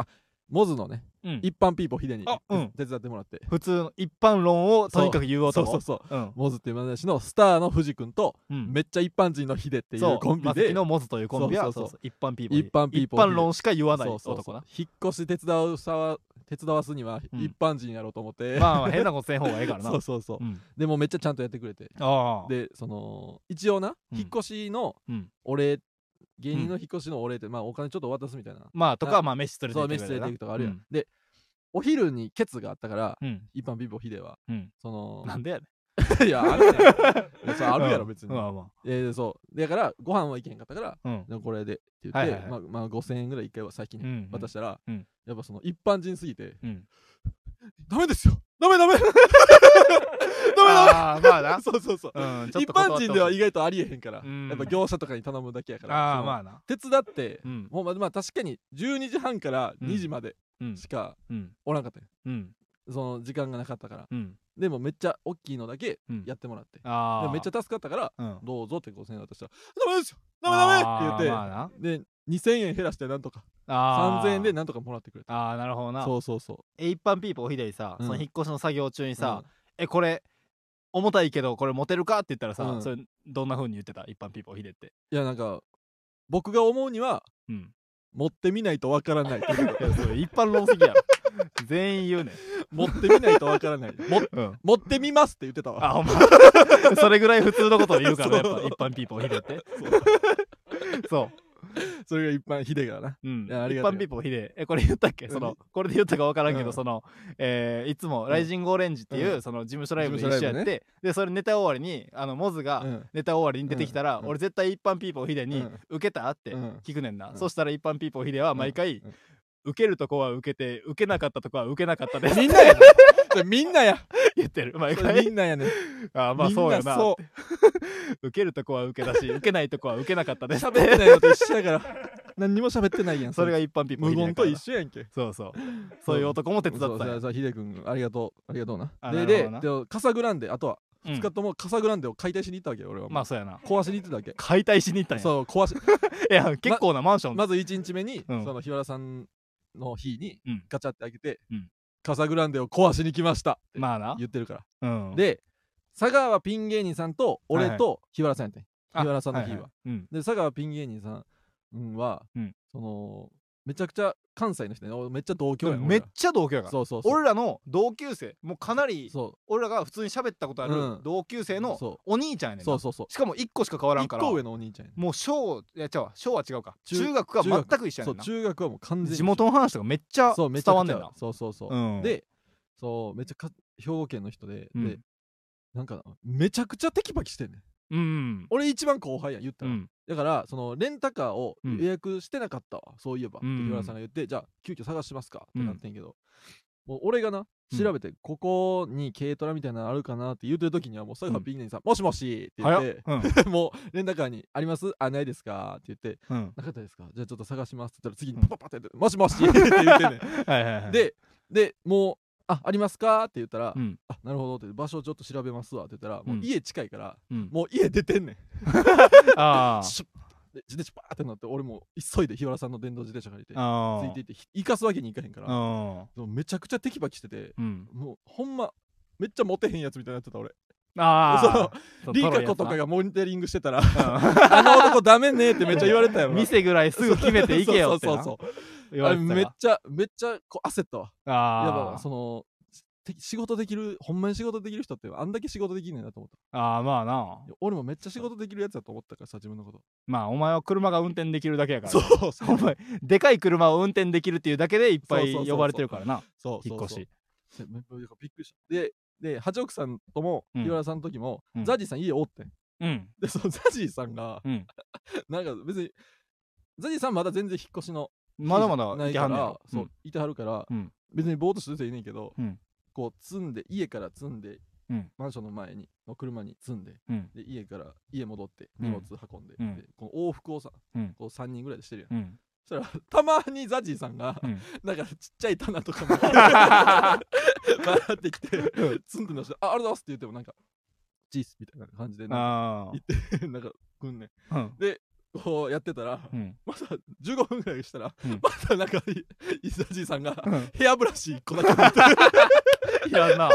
[SPEAKER 2] モズのね、うん、一般ピーポーヒデに手伝ってもらって、
[SPEAKER 1] 普通の一般論をとにかく言う男。
[SPEAKER 2] そうそうそう、うん、モズっていう漫才師のスターの藤君と、うん、めっちゃ一般人のヒデっていうコンビで、
[SPEAKER 1] まのモズというコンビはそうそうそう一般ピーポー
[SPEAKER 2] 一般ピーポ
[SPEAKER 1] ー一般論しか言わない男な。そうそうそう、
[SPEAKER 2] 引っ越し手伝うさは手伝わすには一般人やろうと思って、うん、
[SPEAKER 1] まあ、まあ変なことせん方がええからな。
[SPEAKER 2] そうそうそう、うん、でもめっちゃちゃんとやってくれて、でその一応な、うん、引っ越しのお礼、芸人の引っ越しのお礼って、まあお金ちょっと渡すみたいな、
[SPEAKER 1] まあとか、まあ飯連れて
[SPEAKER 2] 行ってくれる、そう飯連れて行くとかあるやん、でお昼にケツがあったから、うん、一般ピーポーヒデは、うん、その
[SPEAKER 1] なんでやね
[SPEAKER 2] んいやあるやんそれあるやろ別に、うん、まあまあ、えー、そうだからご飯はいけへんかったから、うん、でこれでって言って、はいはいはい、まあ、まあごせんえんぐらい一回は最近、ね、うん、渡したら、うん、やっぱその一般人すぎて、うん、ダメですよダメダメダメダメあまあなそうそうそう、うん、一般人では意外とありえへんから、うん、やっぱ業者とかに頼むだけやから、
[SPEAKER 1] あまあな
[SPEAKER 2] 手伝って、うん、もうまあ、まあ、確かにじゅうにじはんからにじまでしかおらんかったよ、うん、その時間がなかったから、うん、でもめっちゃ大きいのだけやってもらって、うん、でめっちゃ助かったから、うん、どうぞってごせんえん渡したらダメですよダメダメって言って、まあ、でにせんえん減らしてなんとかさんぜんえんでなんとかもらってくれた。
[SPEAKER 1] ああなるほどな。
[SPEAKER 2] そうそうそう。
[SPEAKER 1] え一般ピーポーヒデにさ、うん、その引っ越しの作業中にさ、うん、えこれ重たいけどこれ持てるかって言ったらさ、うん、それどんな風に言ってた一般ピーポーヒデって。
[SPEAKER 2] いやなんか僕が思うには、うん、持ってみないとわからないっていういや
[SPEAKER 1] それ一般論すぎやろ全員言うねん
[SPEAKER 2] 持ってみないとわからないも、うん、持ってみますって言ってたわ。
[SPEAKER 1] あほんまそれぐらい普通のことを言うからやっぱ一般ピーポーヒデってそう
[SPEAKER 2] それが一般ヒデがな、
[SPEAKER 1] うん、いや一般ピーポーヒデえこれ言ったっけ、そのこれで言ったか分からんけど、うん、その、えー、いつもライジングオレンジっていう、うん、その事務所ライブで一緒やって、ね、でそれネタ終わりにあのモズがネタ終わりに出てきたら、うん、俺絶対一般ピーポーヒデに、うん、受けたって聞くねんな、うん、そしたら一般ピーポーヒデは毎回、うんうん、受けるとこは受けて受けなかったとこは受けなかったです
[SPEAKER 2] みんなやみんなや
[SPEAKER 1] 言ってる毎回
[SPEAKER 2] みんなやね
[SPEAKER 1] あまあそうやな受けるとこは受けだし受けないとこは受けなかったです
[SPEAKER 2] 喋ってないのと一緒やから何にも喋ってないやん
[SPEAKER 1] それが一般ピーポー
[SPEAKER 2] 無言と一緒やんけ。
[SPEAKER 1] そうそうそういう男も手伝ったんや。
[SPEAKER 2] そうそうヒデ君ありがとうありがとうな。ででカサグランデあとはふつかともカサグランデを解体しに行ったわけよ俺は。
[SPEAKER 1] まあそうやな
[SPEAKER 2] 壊しに行ってたわけ。
[SPEAKER 1] 解体しに行ったんや。
[SPEAKER 2] そう壊し
[SPEAKER 1] いや結構なマンション。
[SPEAKER 2] まずいちにちめにその日原さんの日にガチャって開けてカサグランデを壊しに来ましたって言ってるから。で佐川ピン芸人さんと俺と日原さんやってん。日原さんの日は。で佐川ピン芸人さんは、うん、そのめちゃくちゃ関西の人ねめっちゃ同郷やん、
[SPEAKER 1] めっちゃ同郷やから。そうそうそう俺らの同級生もうかなり俺らが普通に喋ったことある同級生のお兄ちゃんやねん。
[SPEAKER 2] そうそうそう
[SPEAKER 1] しかもいっこしか変わらんから
[SPEAKER 2] いっこ上のお兄ちゃんやねん。
[SPEAKER 1] もう小いやちゃうわ小は違うか中学は全く一緒やねんな。
[SPEAKER 2] そう中学はもう完全に
[SPEAKER 1] 地元の話とかめっちゃ伝わんねんな。
[SPEAKER 2] そうそうそう、うん、でそうめっちゃか兵庫県の人で、うん、でなんかめちゃくちゃテキパキしてんねん。うん、俺一番後輩やん言ったら、うん、だからそのレンタカーを予約してなかったわ、うん、そういえば、うん、って日原さんが言ってじゃあ急遽探しますかってなってんけど、うん、もう俺がな調べて、うん、ここに軽トラみたいなのあるかなって言うてる時にはもう佐川ピン芸人さん、うん、もしもしって言って、うん、もうレンタカーにありますあないですかって言って、うん、なかったですかじゃあちょっと探しますって言ったら次にパパパってもしもしって言ってんねんはいはい、はい、ででもうあ、ありますかって言ったら、うん、あ、なるほどって場所ちょっと調べますわって言ったら、うん、もう家近いから、うん、もう家出てんねんあ自転車バーってなって俺も急いで日原さんの電動自転車借りてついていって行かすわけにいかへんからめちゃくちゃテキパキしてて、うん、もうほんまめっちゃモテへんやつみたいになってた俺。ああリカコとかがモニタリングしてたらあの男ダメねってめっちゃ言われたよ
[SPEAKER 1] 店ぐらいすぐ決めていけよってな。そうそうそう
[SPEAKER 2] あれめっちゃめっちゃこう焦ったわ。あやっぱその仕事できるほんまに仕事できる人ってあんだけ仕事できんねんなと思った。
[SPEAKER 1] ああまあな
[SPEAKER 2] 俺もめっちゃ仕事できるやつだと思ったからさ自分のこと。
[SPEAKER 1] まあお前は車が運転できるだけやから、ね、そうそうお前でかい車を運転できるっていうだけでいっぱい呼ばれてるからな。そう引っ越し
[SPEAKER 2] びっくりした。でで八億さんとも日原さんの時も、うん、ザジーさん家おってん、うん、でそのザジーさんが、うん、なんか別にザジーさんまだ全然引っ越しの
[SPEAKER 1] まだまだ
[SPEAKER 2] ないからそう、うん、いてはるから、うん、別にぼーっとしてていいねんけど、うん、こう積んで家から積んで、うん、マンションの前にの車に積んで、うん、で家から家戻って荷物運んで、うん、でこの往復をさ、うん、こうさんにんぐらいでしてるやん、うん、そしたらたまにザジーさんが、うん、なんかちっちゃい棚とかもバーってきて、うん、積んでのしてあありがとうございますって言ってもなんかチースみたいな感じでなんか言ってなんかくんねん、うん、でこうやってたら、
[SPEAKER 1] うん、
[SPEAKER 2] またじゅうごふんぐらいしたら、
[SPEAKER 1] うん、
[SPEAKER 2] またなんか伊沢じいさんが、
[SPEAKER 1] うん、
[SPEAKER 2] ヘアブラシいっこだけ持って
[SPEAKER 1] いらんな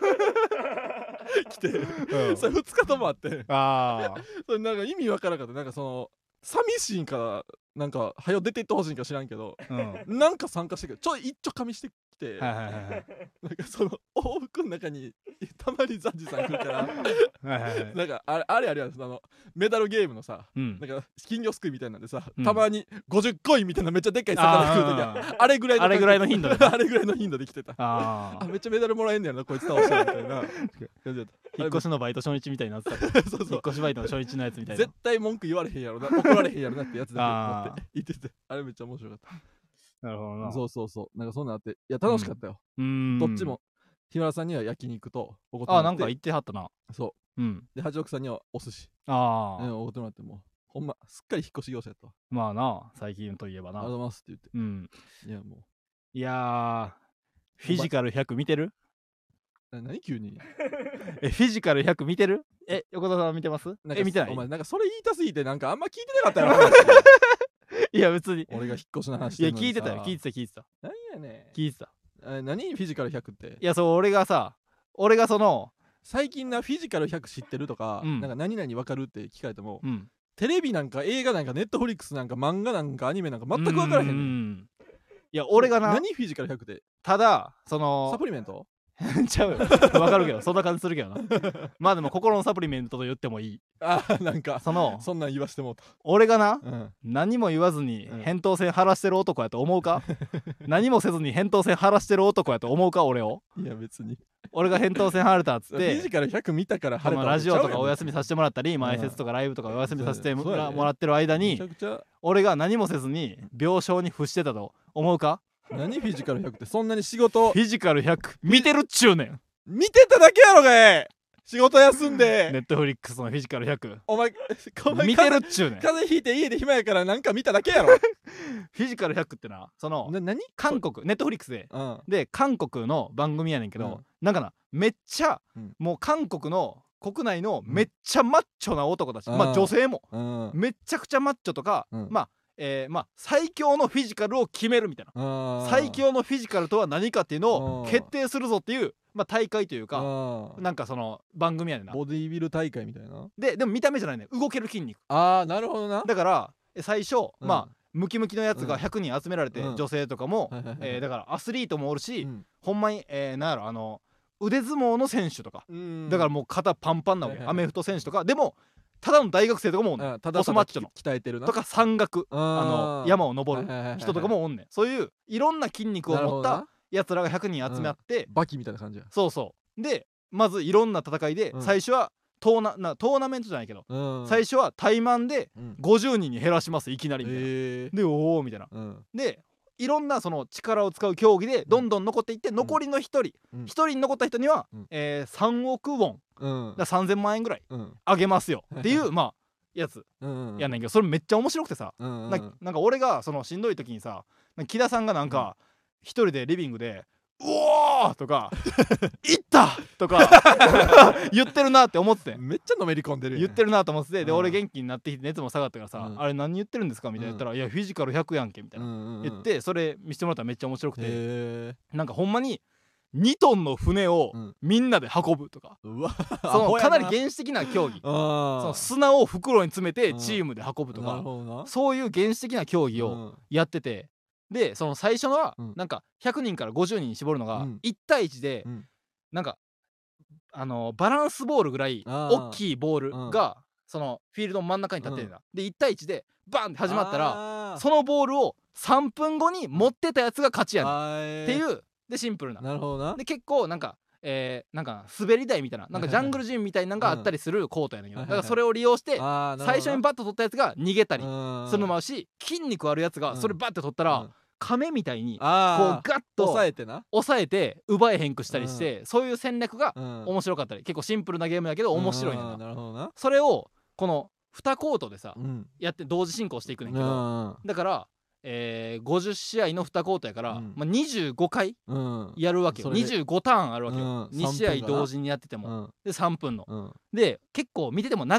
[SPEAKER 2] 来て、
[SPEAKER 1] うん、
[SPEAKER 2] それふつかともあって
[SPEAKER 1] あ
[SPEAKER 2] それなんか意味わからなかった。なんかその寂しいんかなんか早出ていってほしいんか知らんけど、
[SPEAKER 1] うん、
[SPEAKER 2] なんか参加してくるちょい一丁かみしてきて、
[SPEAKER 1] はいはいはいはい、
[SPEAKER 2] なんかその往復の中にたまにザジさん来るから
[SPEAKER 1] はいはいはい、
[SPEAKER 2] なんかあれあれあれやん、あのメダルゲームのさ、
[SPEAKER 1] うん、
[SPEAKER 2] なんか金魚すくいみたいなんでさ、
[SPEAKER 1] うん、
[SPEAKER 2] たまにごじゅっコインみたいなめっちゃでっかい魚来るときはあれぐらいの
[SPEAKER 1] あれぐらいの頻度で
[SPEAKER 2] あれぐらいの頻度で来てた。
[SPEAKER 1] あ
[SPEAKER 2] あめっちゃメダルもらえんねやなこいつ倒したみたいな
[SPEAKER 1] 引っ越しのバイト初日みたいになってた
[SPEAKER 2] そうそう
[SPEAKER 1] 引っ越しバイトの初日のやつみたいな
[SPEAKER 2] 絶対文句言われへんやろな怒られへんやろなってやつだけ思って言ってて、あれめっちゃ面白かった。
[SPEAKER 1] なるほどな。
[SPEAKER 2] そうそうそうなんかそんなんあって、いや楽しかったよ、
[SPEAKER 1] うん、
[SPEAKER 2] どっちも。日村さんには焼肉とおごってもらって、
[SPEAKER 1] あなんか言ってはったな。
[SPEAKER 2] そう、うん、で八億さんにはお寿司、ああ、うん、おごってもらって、もうほんますっかり引っ越し業者やったわ。
[SPEAKER 1] まあな最近といえばな。
[SPEAKER 2] ありがとうございますって言って、うん、いやもう
[SPEAKER 1] いやフィジカルひゃく見てる？
[SPEAKER 2] 何急に
[SPEAKER 1] えフィジカルひゃく見てる？え横田さん見てます？え見てない？
[SPEAKER 2] お前なんかそれ言いたすぎてなんかあんま聞いてなかったよ
[SPEAKER 1] いや別に
[SPEAKER 2] 俺が引っ越しの話して
[SPEAKER 1] んのにさ。いや聞いてたよ聞いてた聞いてた。
[SPEAKER 2] 何やね
[SPEAKER 1] ん聞いてた。
[SPEAKER 2] え何フィジカルひゃくって。
[SPEAKER 1] いやそう俺がさ俺がその
[SPEAKER 2] 最近なフィジカルひゃく知ってるとか、うん、なんか何々わかるって聞かれても、うん、テレビなんか映画なんかネットフリックスなんか漫画なんかアニメなんか全く分からへんねん。うん
[SPEAKER 1] いや俺がな
[SPEAKER 2] 何フィジカルひゃくって
[SPEAKER 1] ただその
[SPEAKER 2] サプリメント
[SPEAKER 1] ちゃうよ分かるけどそんな感じするけどなまあでも心のサプリメントと言ってもいい。
[SPEAKER 2] あなんか
[SPEAKER 1] その
[SPEAKER 2] そんなん言わしてもうた。
[SPEAKER 1] 俺がな、うん、何も言わずに扁桃腺晴らしてる男やと思うか何もせずに扁桃腺晴らしてる男やと思うか俺を。
[SPEAKER 2] いや別に
[SPEAKER 1] 俺が扁桃腺晴れたっつって
[SPEAKER 2] フィジカルひゃく見たから晴れた
[SPEAKER 1] ラジオとかお休みさせてもらったり前説とかライブとかお休みさせてもらってる間に俺が何もせずに病床に伏してたと思うか。
[SPEAKER 2] 何フィジカルひゃくってそんなに仕事
[SPEAKER 1] フィジカルひゃく見てるっちゅうねん。
[SPEAKER 2] 見てただけやろがい仕事休んで
[SPEAKER 1] ネットフリックスのフィジカルひゃく
[SPEAKER 2] お前
[SPEAKER 1] 見てるっちゅうねん。
[SPEAKER 2] 風邪ひいて家で暇やからなんか見ただけやろ
[SPEAKER 1] フィジカルひゃくってなその
[SPEAKER 2] な何
[SPEAKER 1] 韓国ネットフリックスで、うん、で韓国の番組やねんけど、うん、なんかなめっちゃ、うん、もう韓国の国内のめっちゃマッチョな男たち、うん、まあ女性も、うん、めっちゃくちゃマッチョとか、うん、まあえー、まあ最強のフィジカルを決めるみたいな最強のフィジカルとは何かっていうのを決定するぞっていう、まあ、大会というかなんかその番組やねんな。
[SPEAKER 2] ボディビル大会みたいな。
[SPEAKER 1] ででも見た目じゃないね動ける筋肉。
[SPEAKER 2] ああなるほどな。
[SPEAKER 1] だから最初、うん、まあムキムキのやつがひゃくにん集められて、うん、女性とかも、えー、だからアスリートもおるし、うん、ほんまに、えー、なんやろあの腕相撲の選手とか、うん、だからもう肩パンパンなわけ、アメフト選手とかでもただの大学生とかもおんねん、うん、細マッチョの
[SPEAKER 2] 鍛えてるな
[SPEAKER 1] とか山岳あの山を登る人とかもおんねん。そういういろんな筋肉を持ったやつらがひゃくにん集まって、
[SPEAKER 2] うん、バキみたいな感じや。
[SPEAKER 1] そうそうでまずいろんな戦いで、うん、最初はトーナなトーナメントじゃないけど、うん、最初は怠慢でごじゅうにんに減らしますいきなりみたいな、えー、でおおみたいな、うん、でいろんなその力を使う競技でどんどん残っていって、うん、残りのひとり、うん、ひとりに残った人には、うんえー、さんおくウォン、うん、ださんぜんまんえんぐらいあげますよ、うん、っていうまあやつやねんけど、それめっちゃ面白くてさ、うんうんうん、な, なんか俺がそのしんどい時にさ木田さんがなんか一人でリビングでうおーとかいったとか言ってるなって思ってて
[SPEAKER 2] めっちゃのめり込んでるよ、ね、
[SPEAKER 1] 言ってるなと思っててで、うん、俺元気になってきて熱も下がったからさ、うん、あれ何言ってるんですかみたいな言ったら、うん、いやフィジカルひゃくやんけみたいな、うんうんうん、言ってそれ見せてもらったらめっちゃ面白くてなんかほんまににトンの船をみんなで運ぶとか、うん、そのかなり原始的な競技その砂を袋に詰めてチームで運ぶとかそういう原始的な競技をやっててでその最初のはなんかひゃくにんからごじゅうにんに絞るのがいちたいいちでなんかあのバランスボールぐらい大きいボールがそのフィールドの真ん中に立ってるんだでいちたいいちでバンって始まったらそのボールをさんぷんごに持ってたやつが勝ちやねんっていうでシンプルな。
[SPEAKER 2] なるほどな。
[SPEAKER 1] で結構なんかえー、なんか滑り台みたいななんかジャングルジムみたいなのがあったりするコートやねんけどだからそれを利用して最初にバット取ったやつが逃げたりするのもあるし筋肉あるやつがそれバッて取ったら亀みたいにこうガッと
[SPEAKER 2] 抑えてな
[SPEAKER 1] 抑えて奪えへんくしたりしてそういう戦略が面白かったり結構シンプルなゲームだけど面白いねんな。それをこのにコートでさやって同時進行していくねんけどだからえー、ごじゅっしあいのにコートやから、うんまあ、にじゅうごかいやるわけよ、うん、にじゅうごターンあるわけよ、うん、にしあい同時にやってても、うん、でさんぷんの、うん、で結構見てても長いね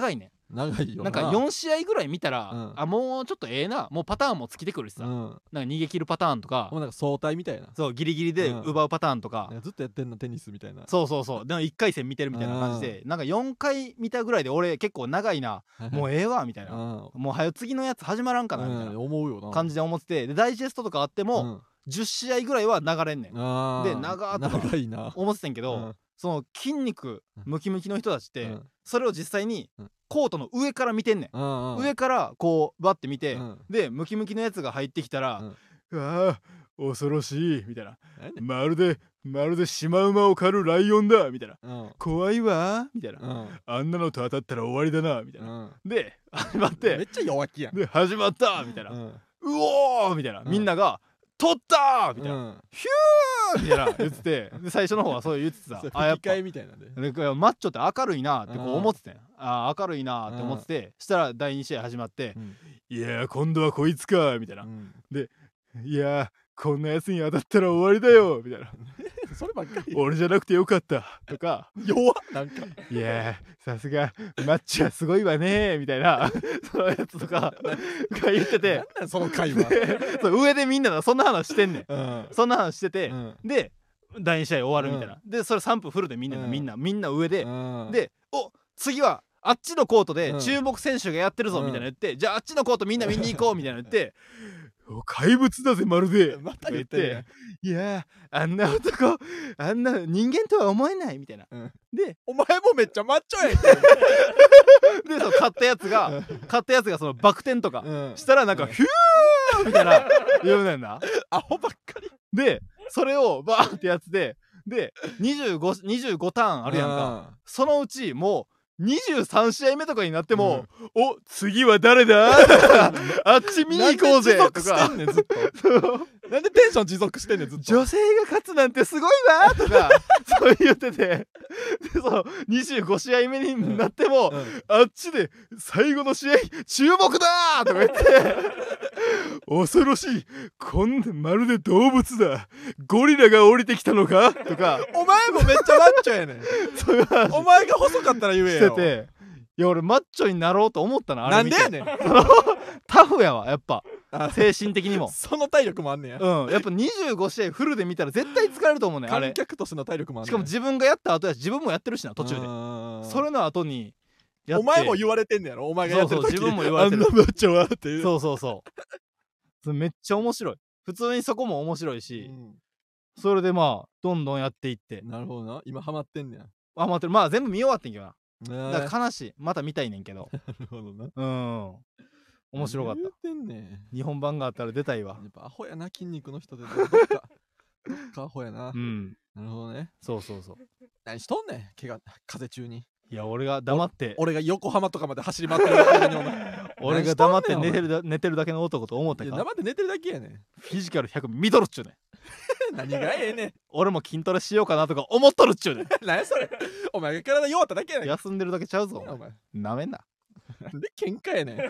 [SPEAKER 2] 長いよな。
[SPEAKER 1] なんかよんしあいぐらい見たら、うん、あもうちょっとええな、もうパターンも尽きてくるしさ、うん、なんか逃げ切るパターンとか、
[SPEAKER 2] もうなんか相対みたいな、
[SPEAKER 1] そうギリギリで奪うパターンとか、
[SPEAKER 2] うん、ずっとやってんのテニスみたいな。
[SPEAKER 1] そうそうそう、でもいっかい戦見てるみたいな感じで、なんかよんかい見たぐらいで俺結構長いな、もうええわみたいな、もうはよ次のやつ始まらんかなみたいな思うよな感じで思ってて、でダイジェストとかあっても、うん、じゅっしあいぐらいは流れんねん。で長ーとか思ってたんけど、うん、その筋肉ムキムキの人たちって、うん、それを実際にコートの上から見てんねん、うんうん、上からこうバッて見て、うん、でムキムキのやつが入ってきたら、うん、うわー恐ろしいみたいな、まるでまるでシマウマを狩るライオンだみたいな、うん、怖いわみたいな、うん、あんなのと当たったら終わりだなみたいな、うん、で始まって
[SPEAKER 2] めっちゃ弱気やん。
[SPEAKER 1] で始まったみたいな、うん、うおーみたいな、みんなが取ったみたいな、うん、ヒューみたいな言ってて、で最初の方はそう言ってた
[SPEAKER 2] あやっぱみたいなんで
[SPEAKER 1] マッチョって明るいなってこう思ってたんや、あ明るいなって思ってて、したらだいに試合始まって、うん、いやー今度はこいつかみたいな、うん、でいやーこんなやつに当たったら終わりだよみたいな
[SPEAKER 2] そればっかり
[SPEAKER 1] 俺じゃなくてよかったとか
[SPEAKER 2] 弱っなんか
[SPEAKER 1] いやさすがマッチはすごいわねみたいなそのやつとかが言ってて
[SPEAKER 2] なんなんその会話
[SPEAKER 1] そう上でみんながそんな話してんねん、うん、そんな話してて、うん、でだいに試合終わるみたいな、うん、でそれさんぷんフルでみんなが、うん、みんなみんな上で、うん、でお次はあっちのコートで注目選手がやってるぞみたいな言って、うん、じゃああっちのコートみんな見に行こうみたいな言って怪物だぜまるで
[SPEAKER 2] また言って、
[SPEAKER 1] いやあんな男あんな人間とは思えないみたいな、うん、で
[SPEAKER 2] お前もめっちゃマッチョやん
[SPEAKER 1] でその買ったやつが買ったやつがそのバク転とかしたらなんかヒューみたいな言うねんな
[SPEAKER 2] アホばっかり
[SPEAKER 1] でそれをバーってやつででにじゅうご、にじゅうごターンあるやんか、そのうちもうにじゅうさん試合目とかになっても、うん、お次は誰だあっち見に行こうぜとか
[SPEAKER 2] なんでずっとなんでテンション持続してんねんずっと
[SPEAKER 1] 女性が勝つなんてすごいわとかそう言っててでそうにじゅうご試合目になっても、うんうん、あっちで最後の試合注目だとか言って恐ろしいこんなまるで動物だゴリラが降りてきたのかとか
[SPEAKER 2] お前もめっちゃマッチョやねんお前が細かったら言えよ
[SPEAKER 1] してて、いや俺マッチョになろうと思ったのあれ
[SPEAKER 2] なんでやねん
[SPEAKER 1] タフやわやっぱ精神的にも
[SPEAKER 2] その体力もあんねや
[SPEAKER 1] うんやっぱにじゅうご試合フルで見たら絶対疲れると思うねあれ
[SPEAKER 2] 観客としての体力もあんねん
[SPEAKER 1] しかも自分がやった後やし自分もやってるしな途中でそれの後に
[SPEAKER 2] やってお前も言われてんねやろお前がやってる時
[SPEAKER 1] そうそう自分も言われてる
[SPEAKER 2] あんなマッチョはっていう
[SPEAKER 1] そうそうそうめっちゃ面白い普通にそこも面白いし、うん、それでまあどんどんやっていって
[SPEAKER 2] なるほどな今ハマってんねや
[SPEAKER 1] ハマってるまあ全部見終わってんけどなだから悲しいまた見たいねんけど
[SPEAKER 2] なるほどな
[SPEAKER 1] うん面白かった
[SPEAKER 2] 言うてんね
[SPEAKER 1] 日本版があったら出たいわ
[SPEAKER 2] やっぱアホやな筋肉の人でどっかどっかアホやな
[SPEAKER 1] うん
[SPEAKER 2] なるほどね
[SPEAKER 1] そうそうそう
[SPEAKER 2] 何しとんねん怪我風邪中に
[SPEAKER 1] いや俺が黙って
[SPEAKER 2] 俺が横浜とかまで走り回ってる
[SPEAKER 1] 俺が黙って寝てるだ寝てるだけの男と思ったか
[SPEAKER 2] 黙って寝てるだけやねん
[SPEAKER 1] フィジカルひゃく見とるっちゅうね
[SPEAKER 2] ん何がええねん
[SPEAKER 1] 俺も筋トレしようかなとか思っとるっちゅうねん
[SPEAKER 2] 何やそれお前が体弱っただけやねん
[SPEAKER 1] 休んでるだけちゃうぞお前なめんな
[SPEAKER 2] なんで喧嘩やねんえ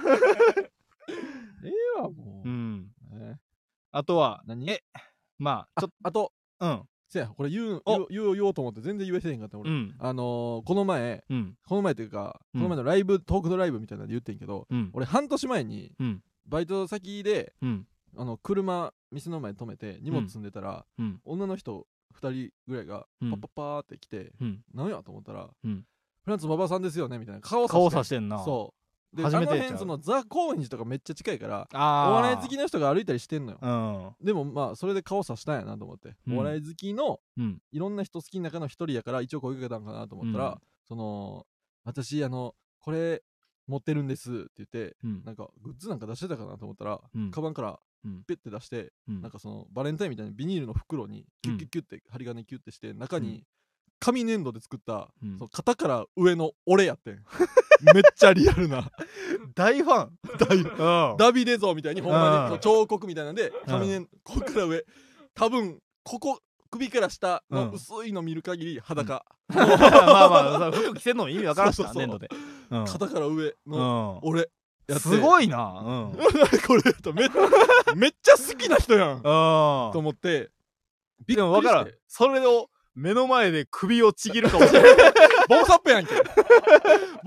[SPEAKER 2] えわもう、
[SPEAKER 1] うんえあとは
[SPEAKER 2] 何
[SPEAKER 1] えまあちょっと
[SPEAKER 2] あと
[SPEAKER 1] うん
[SPEAKER 2] せやこれ言う言おう言おうと思って全然言えてへんかった俺、うん、あのー、この前、うん、この前というか、うん、この前のライブトークドライブみたいなので言ってんけど、うん、俺半年前に、うん、バイト先で、うん、あの車店の前に止めて荷物積んでたら、うん、女の人ふたりぐらいがパッパッパーって来て、うん、何やと思ったら、うん、フランツ馬場さんですよねみたいな顔
[SPEAKER 1] さしてんな
[SPEAKER 2] そうで初めてあの辺そのザ・高円寺とかめっちゃ近いからお笑い好きの人が歩いたりしてんのよ、うん、でもまあそれで顔さしたんやなと思って、うん、お笑い好きの、うん、いろんな人好きの中の一人やから一応声かけたんかなと思ったら、うん、その私あのこれ持ってるんですって言って、うん、なんかグッズなんか出してたかなと思ったら、うん、カバンからペッて出して、うん、なんかそのバレンタインみたいなビニールの袋にキュッキュッキュッって針金キュッてして中に紙粘土で作った、うん、その肩から上の俺やってんめっちゃリアルな
[SPEAKER 1] 大ファン
[SPEAKER 2] 大ダビデ像みたいにほんまに彫刻みたいなんで紙粘土ここから上多分ここ首から下の薄いの見る限り裸、
[SPEAKER 1] うん、まあまあ服着せんのも意味わからんしな粘土で、
[SPEAKER 2] うん、肩から上の俺やって
[SPEAKER 1] すごいな、うん、
[SPEAKER 2] これと め, めっちゃ好きな人やんと思って
[SPEAKER 1] びっくりしてでも分からんそれを目の前で首をちぎるかもしれない
[SPEAKER 2] ボブサップやんけボブサップ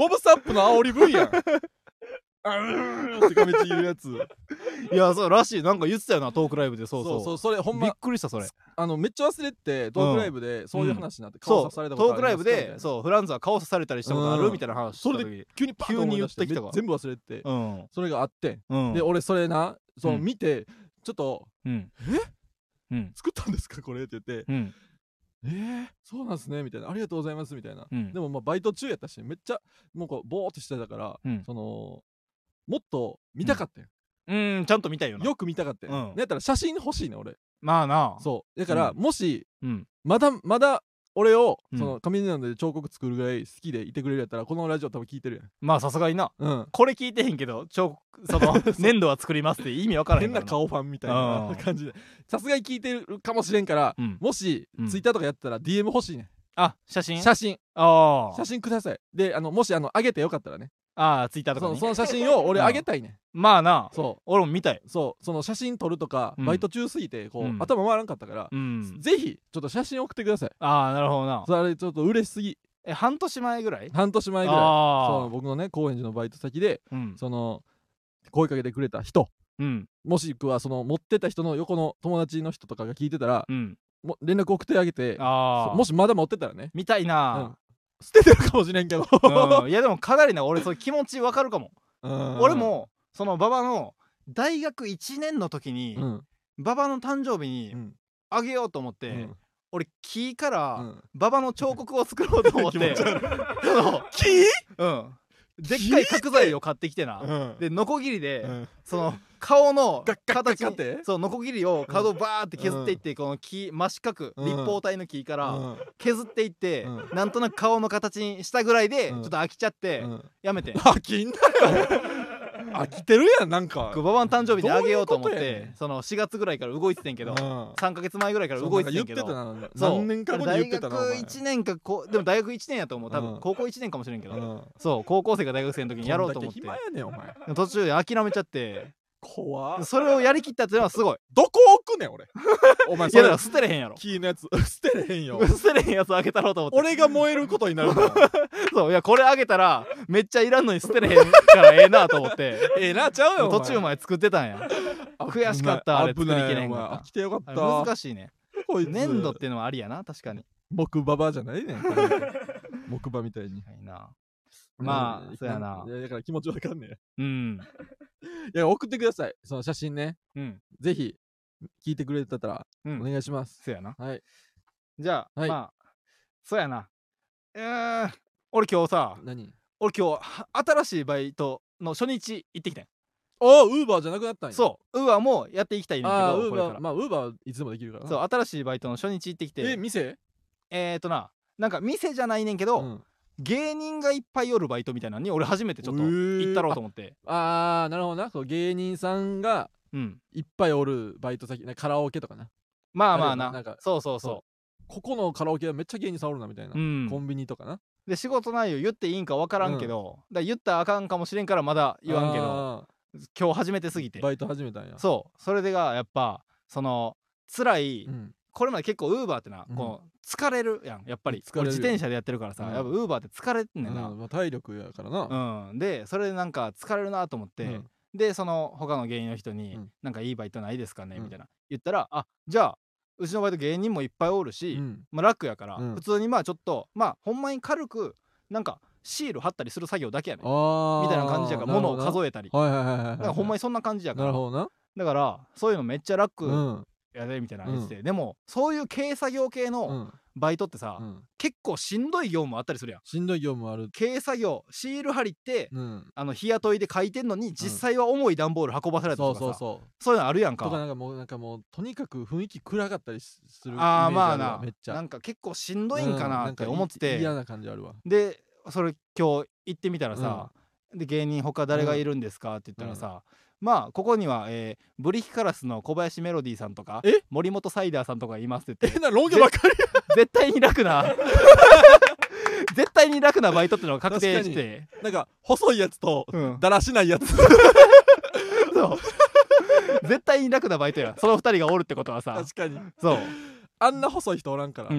[SPEAKER 2] プの煽り V やんあーってかめっちゃ言うやつ
[SPEAKER 1] いやそうらしいなんか言ってたよなトークライブでそうそう
[SPEAKER 2] そうそうそれほんま
[SPEAKER 1] びっくりしたそれ
[SPEAKER 2] あのめっちゃ忘れててトークライブでそういう話になって
[SPEAKER 1] そう
[SPEAKER 2] 顔刺されたこと
[SPEAKER 1] トークライブ
[SPEAKER 2] ありますかみたいな
[SPEAKER 1] でそうフランツは顔刺されたりしたことあ
[SPEAKER 2] うん
[SPEAKER 1] るみたいな話
[SPEAKER 2] それ
[SPEAKER 1] した時
[SPEAKER 2] で急にパッと思い出して
[SPEAKER 1] 急に言ってきたわ
[SPEAKER 2] 全部忘れてて
[SPEAKER 1] うん
[SPEAKER 2] それがあって
[SPEAKER 1] うん
[SPEAKER 2] で俺それなそう
[SPEAKER 1] うん
[SPEAKER 2] 見てちょっと
[SPEAKER 1] うん
[SPEAKER 2] え
[SPEAKER 1] うん
[SPEAKER 2] 作ったんですかこれって言って
[SPEAKER 1] うん
[SPEAKER 2] えー、そうなんすねみたいなありがとうございますみたいな、
[SPEAKER 1] うん、
[SPEAKER 2] でもまあバイト中やったしめっちゃもうこうボーっとしてたから、
[SPEAKER 1] うん、
[SPEAKER 2] そのもっと見たかったよ、
[SPEAKER 1] うん、うんちゃんと見たいよな
[SPEAKER 2] よく見たかったよ、うん、やったら写真欲しいね俺
[SPEAKER 1] まあな
[SPEAKER 2] そうだから、うん、もし、
[SPEAKER 1] うん、
[SPEAKER 2] まだまだ俺を、うん、その紙布で彫刻作るぐらい好きでいてくれるやったらこのラジオ多分聞いてるやん
[SPEAKER 1] まあさすがにな、
[SPEAKER 2] うん、
[SPEAKER 1] これ聞いてへんけど彫刻その粘土は作りますって意味わからへん
[SPEAKER 2] 変な顔ファンみたいな感じでさすがに聞いてるかもしれんから、うん、もし、うん、ツイッターとかやったら ディーエム 欲しいね
[SPEAKER 1] あ写真
[SPEAKER 2] 写真
[SPEAKER 1] あ
[SPEAKER 2] 写真くださいであのもしあの上げてよかったらね
[SPEAKER 1] ああツイッターとかに
[SPEAKER 2] そ, その写真を俺上げたいね
[SPEAKER 1] まあな
[SPEAKER 2] そう
[SPEAKER 1] 俺も見たい
[SPEAKER 2] そうその写真撮るとか、うん、バイト中すぎてこう、うん、頭回らんかったから、うん、ぜひちょっと写真送ってください
[SPEAKER 1] ああなるほどな
[SPEAKER 2] それちょっと嬉しすぎ
[SPEAKER 1] え半年前ぐらい
[SPEAKER 2] 半年前ぐらいそう僕のね高円寺のバイト先で、うん、その声かけてくれた人、うん、もしくはその持ってた人の横の友達の人とかが聞いてたら、うん、も連絡送ってあげてあもしまだ持ってたらね
[SPEAKER 1] 見たいな、
[SPEAKER 2] うん捨ててるかもしれんけど
[SPEAKER 1] うん、いやでもかなりな俺その気持ちわかるかも俺もその馬場の大学いちねんの時に馬場、うん、の誕生日にあげようと思って、うん、俺木から馬場、うん、の彫刻を作ろうと思って木うんでっかい角材を買ってきてな、うん、でノコギリで、うん、その顔の形にそうノコギリを角バーって削っていって、うん、この木真四角、うん、立方体の木から削っていって、うん、なんとなく顔の形にしたぐらいで、うん、ちょっと飽きちゃって、うん、やめて
[SPEAKER 2] 飽きんなよ飽きてるやんなんか
[SPEAKER 1] 馬場の誕生日にあげようと思って、そのしがつぐらいから動いててんけど、うん、さんかげつまえぐらいから動いててんけど
[SPEAKER 2] 何年か後に言ってたな
[SPEAKER 1] 大学いちねんかこでも大学いちねんやと思う多分、うん、高校いちねんかもしれんけど、うん、そう高校生か大学生の時にやろうと思って
[SPEAKER 2] 暇やねんお前
[SPEAKER 1] 途中で諦めちゃって
[SPEAKER 2] 怖っ
[SPEAKER 1] それをやりきったっていうのはすごい
[SPEAKER 2] どこ置くねん俺お前
[SPEAKER 1] それいやだから捨てれへんやろ
[SPEAKER 2] キーのやつ捨てれへんよ
[SPEAKER 1] 捨てれへんやつあげたろうと思って
[SPEAKER 2] 俺が燃えることになるから
[SPEAKER 1] そういやこれあげたらめっちゃいらんのに捨てれへんからええなと思って
[SPEAKER 2] ええなちゃうよ
[SPEAKER 1] 途中まで作ってたんや悔しかったあれ作りきれへんか
[SPEAKER 2] った来てよかった
[SPEAKER 1] 難しいね粘土っていうのはありやな確かに
[SPEAKER 2] 木馬場じゃないねん木馬みたいに
[SPEAKER 1] はいなまあそうやな
[SPEAKER 2] だから気持ちわかんねえ
[SPEAKER 1] うん
[SPEAKER 2] いや送ってくださいその写真ね、うん、ぜひ聞いてくれてたらお願いします、
[SPEAKER 1] そうやな
[SPEAKER 2] はい
[SPEAKER 1] じゃあ、はい、まあそうやなえー、俺今日さ
[SPEAKER 2] 何
[SPEAKER 1] 俺今日新しいバイトの初日行ってきたん
[SPEAKER 2] ああウーバーじゃなくなったんや
[SPEAKER 1] そうウーバーもやっていきたいねんけど
[SPEAKER 2] あウーバーまあウーバーいつでもできるからな
[SPEAKER 1] そう新しいバイトの初日行ってきて
[SPEAKER 2] え店
[SPEAKER 1] えーとななんか店じゃないねんけど、うん芸人がいっぱいおるバイトみたいなのに俺初めてちょっと行ったろうと思って、
[SPEAKER 2] えー、ああなるほどなそう芸人さんがいっぱいおるバイト先カラオケとかな
[SPEAKER 1] まあまあななんかそうそうそう
[SPEAKER 2] ここのカラオケはめっちゃ芸人さんおるなみたいな、うん、コンビニとかな
[SPEAKER 1] で仕事内容言っていいんか分からんけど、うん、だ言ったらあかんかもしれんからまだ言わんけど今日初めてすぎて
[SPEAKER 2] バイト始めたんや
[SPEAKER 1] そうそれでがやっぱその辛い、うんこれまで結構ウーバーってな、うん、こう疲れるやんやっぱり俺自転車でやってるからさ、うん、やっぱウーバーって疲れんねんな、
[SPEAKER 2] うんまあ、体力やからな、
[SPEAKER 1] うん、でそれでなんか疲れるなと思って、うん、でその他の芸人の人に、うん、なんかいいバイトないですかね、みたいな言ったらあじゃあうちのバイト芸人もいっぱいおるし、まあ、楽やから、普通にまあちょっとまあほんまに軽くなんかシール貼ったりする作業だけやねんみたいな感じやから物を数えたりだからほんまにそんな感じやから
[SPEAKER 2] なるほどな
[SPEAKER 1] だからそういうのめっちゃ楽、うんやでみたいな言ってて、うん、でもそういう軽作業系のバイトってさ、うん、結構しんどい業務あったりするやん
[SPEAKER 2] しんどい業務ある
[SPEAKER 1] 軽作業シール貼りって、うん、あの日雇いで書いてんのに実際は重い段ボール運ばされたとかさ、そうそうそうそういうのあるやんか
[SPEAKER 2] とかなんかもうなんかもうとにかく雰囲気暗かったりするイメージあるわ
[SPEAKER 1] あーまあな
[SPEAKER 2] めっちゃ
[SPEAKER 1] なんか結構しんどいんかなって思ってて、
[SPEAKER 2] 嫌な感じあるわ
[SPEAKER 1] でそれ今日行ってみたらさ、で芸人他誰がいるんですかって言ったらさ、まあここには、えー、ブリキカラスの小林メロディーさんとか森本サイダーさんとかいますって言って
[SPEAKER 2] えなロン毛ばっかり
[SPEAKER 1] 絶対に楽な絶対に楽なバイトってのが確定して
[SPEAKER 2] なんか細いやつと、うん、だらしないやつ
[SPEAKER 1] そう絶対に楽なバイトやそのふたりがおるってことはさ
[SPEAKER 2] 確かに
[SPEAKER 1] そう
[SPEAKER 2] あんな細い人おらんから、うん、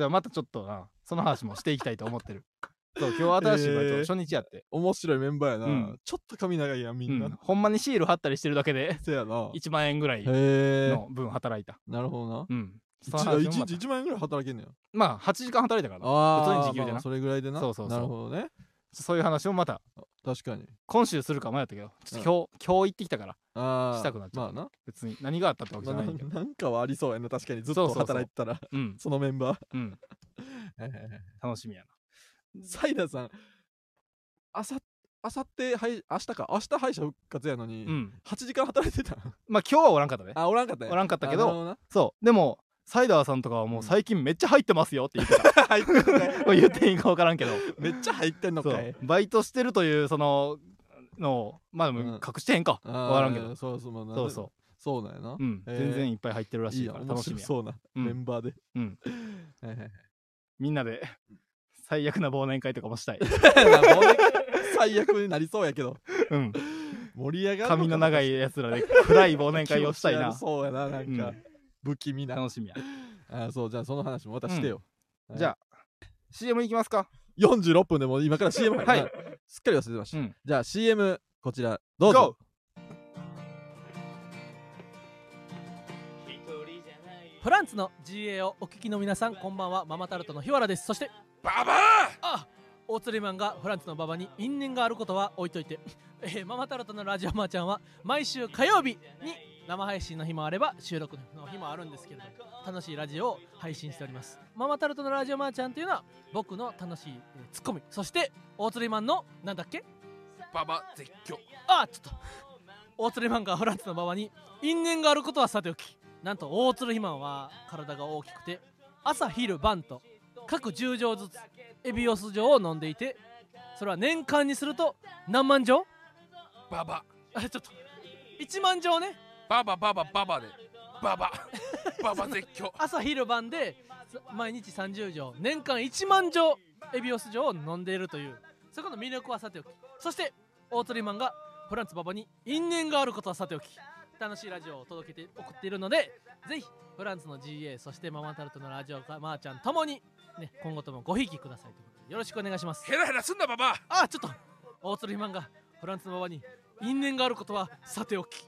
[SPEAKER 1] 今日はちょっと一緒じゃなかったんけど、うん、じゃあまたちょっとなその話もしていきたいと思ってるそう今日新しいバイト初日やって、
[SPEAKER 2] 面白いメンバーやな。ちょっと髪長いやんみんな。
[SPEAKER 1] ほんまにシール貼ったりしてるだけで
[SPEAKER 2] そうやな。
[SPEAKER 1] いちまんえんぐらいの分働いた。
[SPEAKER 2] なるほどな。
[SPEAKER 1] うん。
[SPEAKER 2] いちにちいちまんえんぐらい働けんねや。
[SPEAKER 1] まあはちじかん働いたからな、普通に時給でな。
[SPEAKER 2] それぐらいでな。
[SPEAKER 1] そうそうそう。
[SPEAKER 2] なるほどね。
[SPEAKER 1] そういう話をまた
[SPEAKER 2] 確かに
[SPEAKER 1] 今週するか迷ったけど、ちょっと今日今日行ってきたからしたくなっちゃう。まあな、別に何があったってわけじゃないけど、
[SPEAKER 2] なんかはありそうやな。確かにずっと働いてたらそのメンバー。うん
[SPEAKER 1] 楽しみやな。
[SPEAKER 2] サイダーさん、あさあさってはい明日か明日敗者復活やのにはちじかん働いてた。
[SPEAKER 1] まあ今日はおらんかったね。
[SPEAKER 2] あおらんかった
[SPEAKER 1] おらんかったけど、そうでもサイダーさんとかはもう最近めっちゃ入ってますよって言ってた。入ってんのかい。言っていいか分からんけど
[SPEAKER 2] めっちゃ入ってんのかい。
[SPEAKER 1] バイトしてるというそののまあでも隠してへんか分からんけど、そうそうそうそう
[SPEAKER 2] そうなんやな。
[SPEAKER 1] 全然いっぱい入ってるらしいから楽しみや。
[SPEAKER 2] そうなメンバーで
[SPEAKER 1] みんなで最悪な忘年会とかもしたい。
[SPEAKER 2] 最悪になりそうやけど、盛り上がる
[SPEAKER 1] 髪の長いやつらで暗い忘年会をしたいな。
[SPEAKER 2] そうやな、なんか不気味な。
[SPEAKER 1] 楽しみや。
[SPEAKER 2] あそう、じゃあその話もまたしてよ。
[SPEAKER 1] じゃあ シーエム いきますか。
[SPEAKER 2] よんじゅうろっぷんでも今から シーエム 入る。はい、すっかり忘れてました。じゃあ シーエム こちらどうぞ。
[SPEAKER 3] フランツの ジーエー をお聞きの皆さん、こんばんは。ママタルトの日原です。そして
[SPEAKER 4] ババ
[SPEAKER 3] あ大釣りマンがフランツの馬場に因縁があることは置いといて、えー、ママタルトのラジオマーちゃんは毎週火曜日に生配信の日もあれば収録の日もあるんですけれども、楽しいラジオを配信しております。ママタルトのラジオマーちゃんというのは僕の楽しい、えー、ツッコミ、そして大釣りマンのなんだっけ
[SPEAKER 4] ババ絶叫。
[SPEAKER 3] あちょっと大釣りマンがフランツの馬場に因縁があることはさておき、なんと大鶴ひまんは体が大きくて朝昼晩と各じゅう錠ずつエビオス錠を飲んでいて、それは年間にすると何万錠？
[SPEAKER 4] ババ
[SPEAKER 3] あちょっといちまん錠ね。
[SPEAKER 4] ババババババでババババ絶叫。
[SPEAKER 3] 朝昼晩で毎日さんじゅう錠、年間いちまん錠エビオス錠を飲んでいるという、そこの魅力はさておき、そして大釣りマンがフランツ馬場に因縁があることはさておき、楽しいラジオを届けて送っているので、ぜひフランツの ジーエー そしてママタルトのラジオかまーちゃんともに、ね、今後ともごひいきくださいということでよろしくお願いします。
[SPEAKER 4] ヘラヘラすんなババ
[SPEAKER 3] あちょっと大鶴ひまんがフランツの馬場に因縁があることはさておき、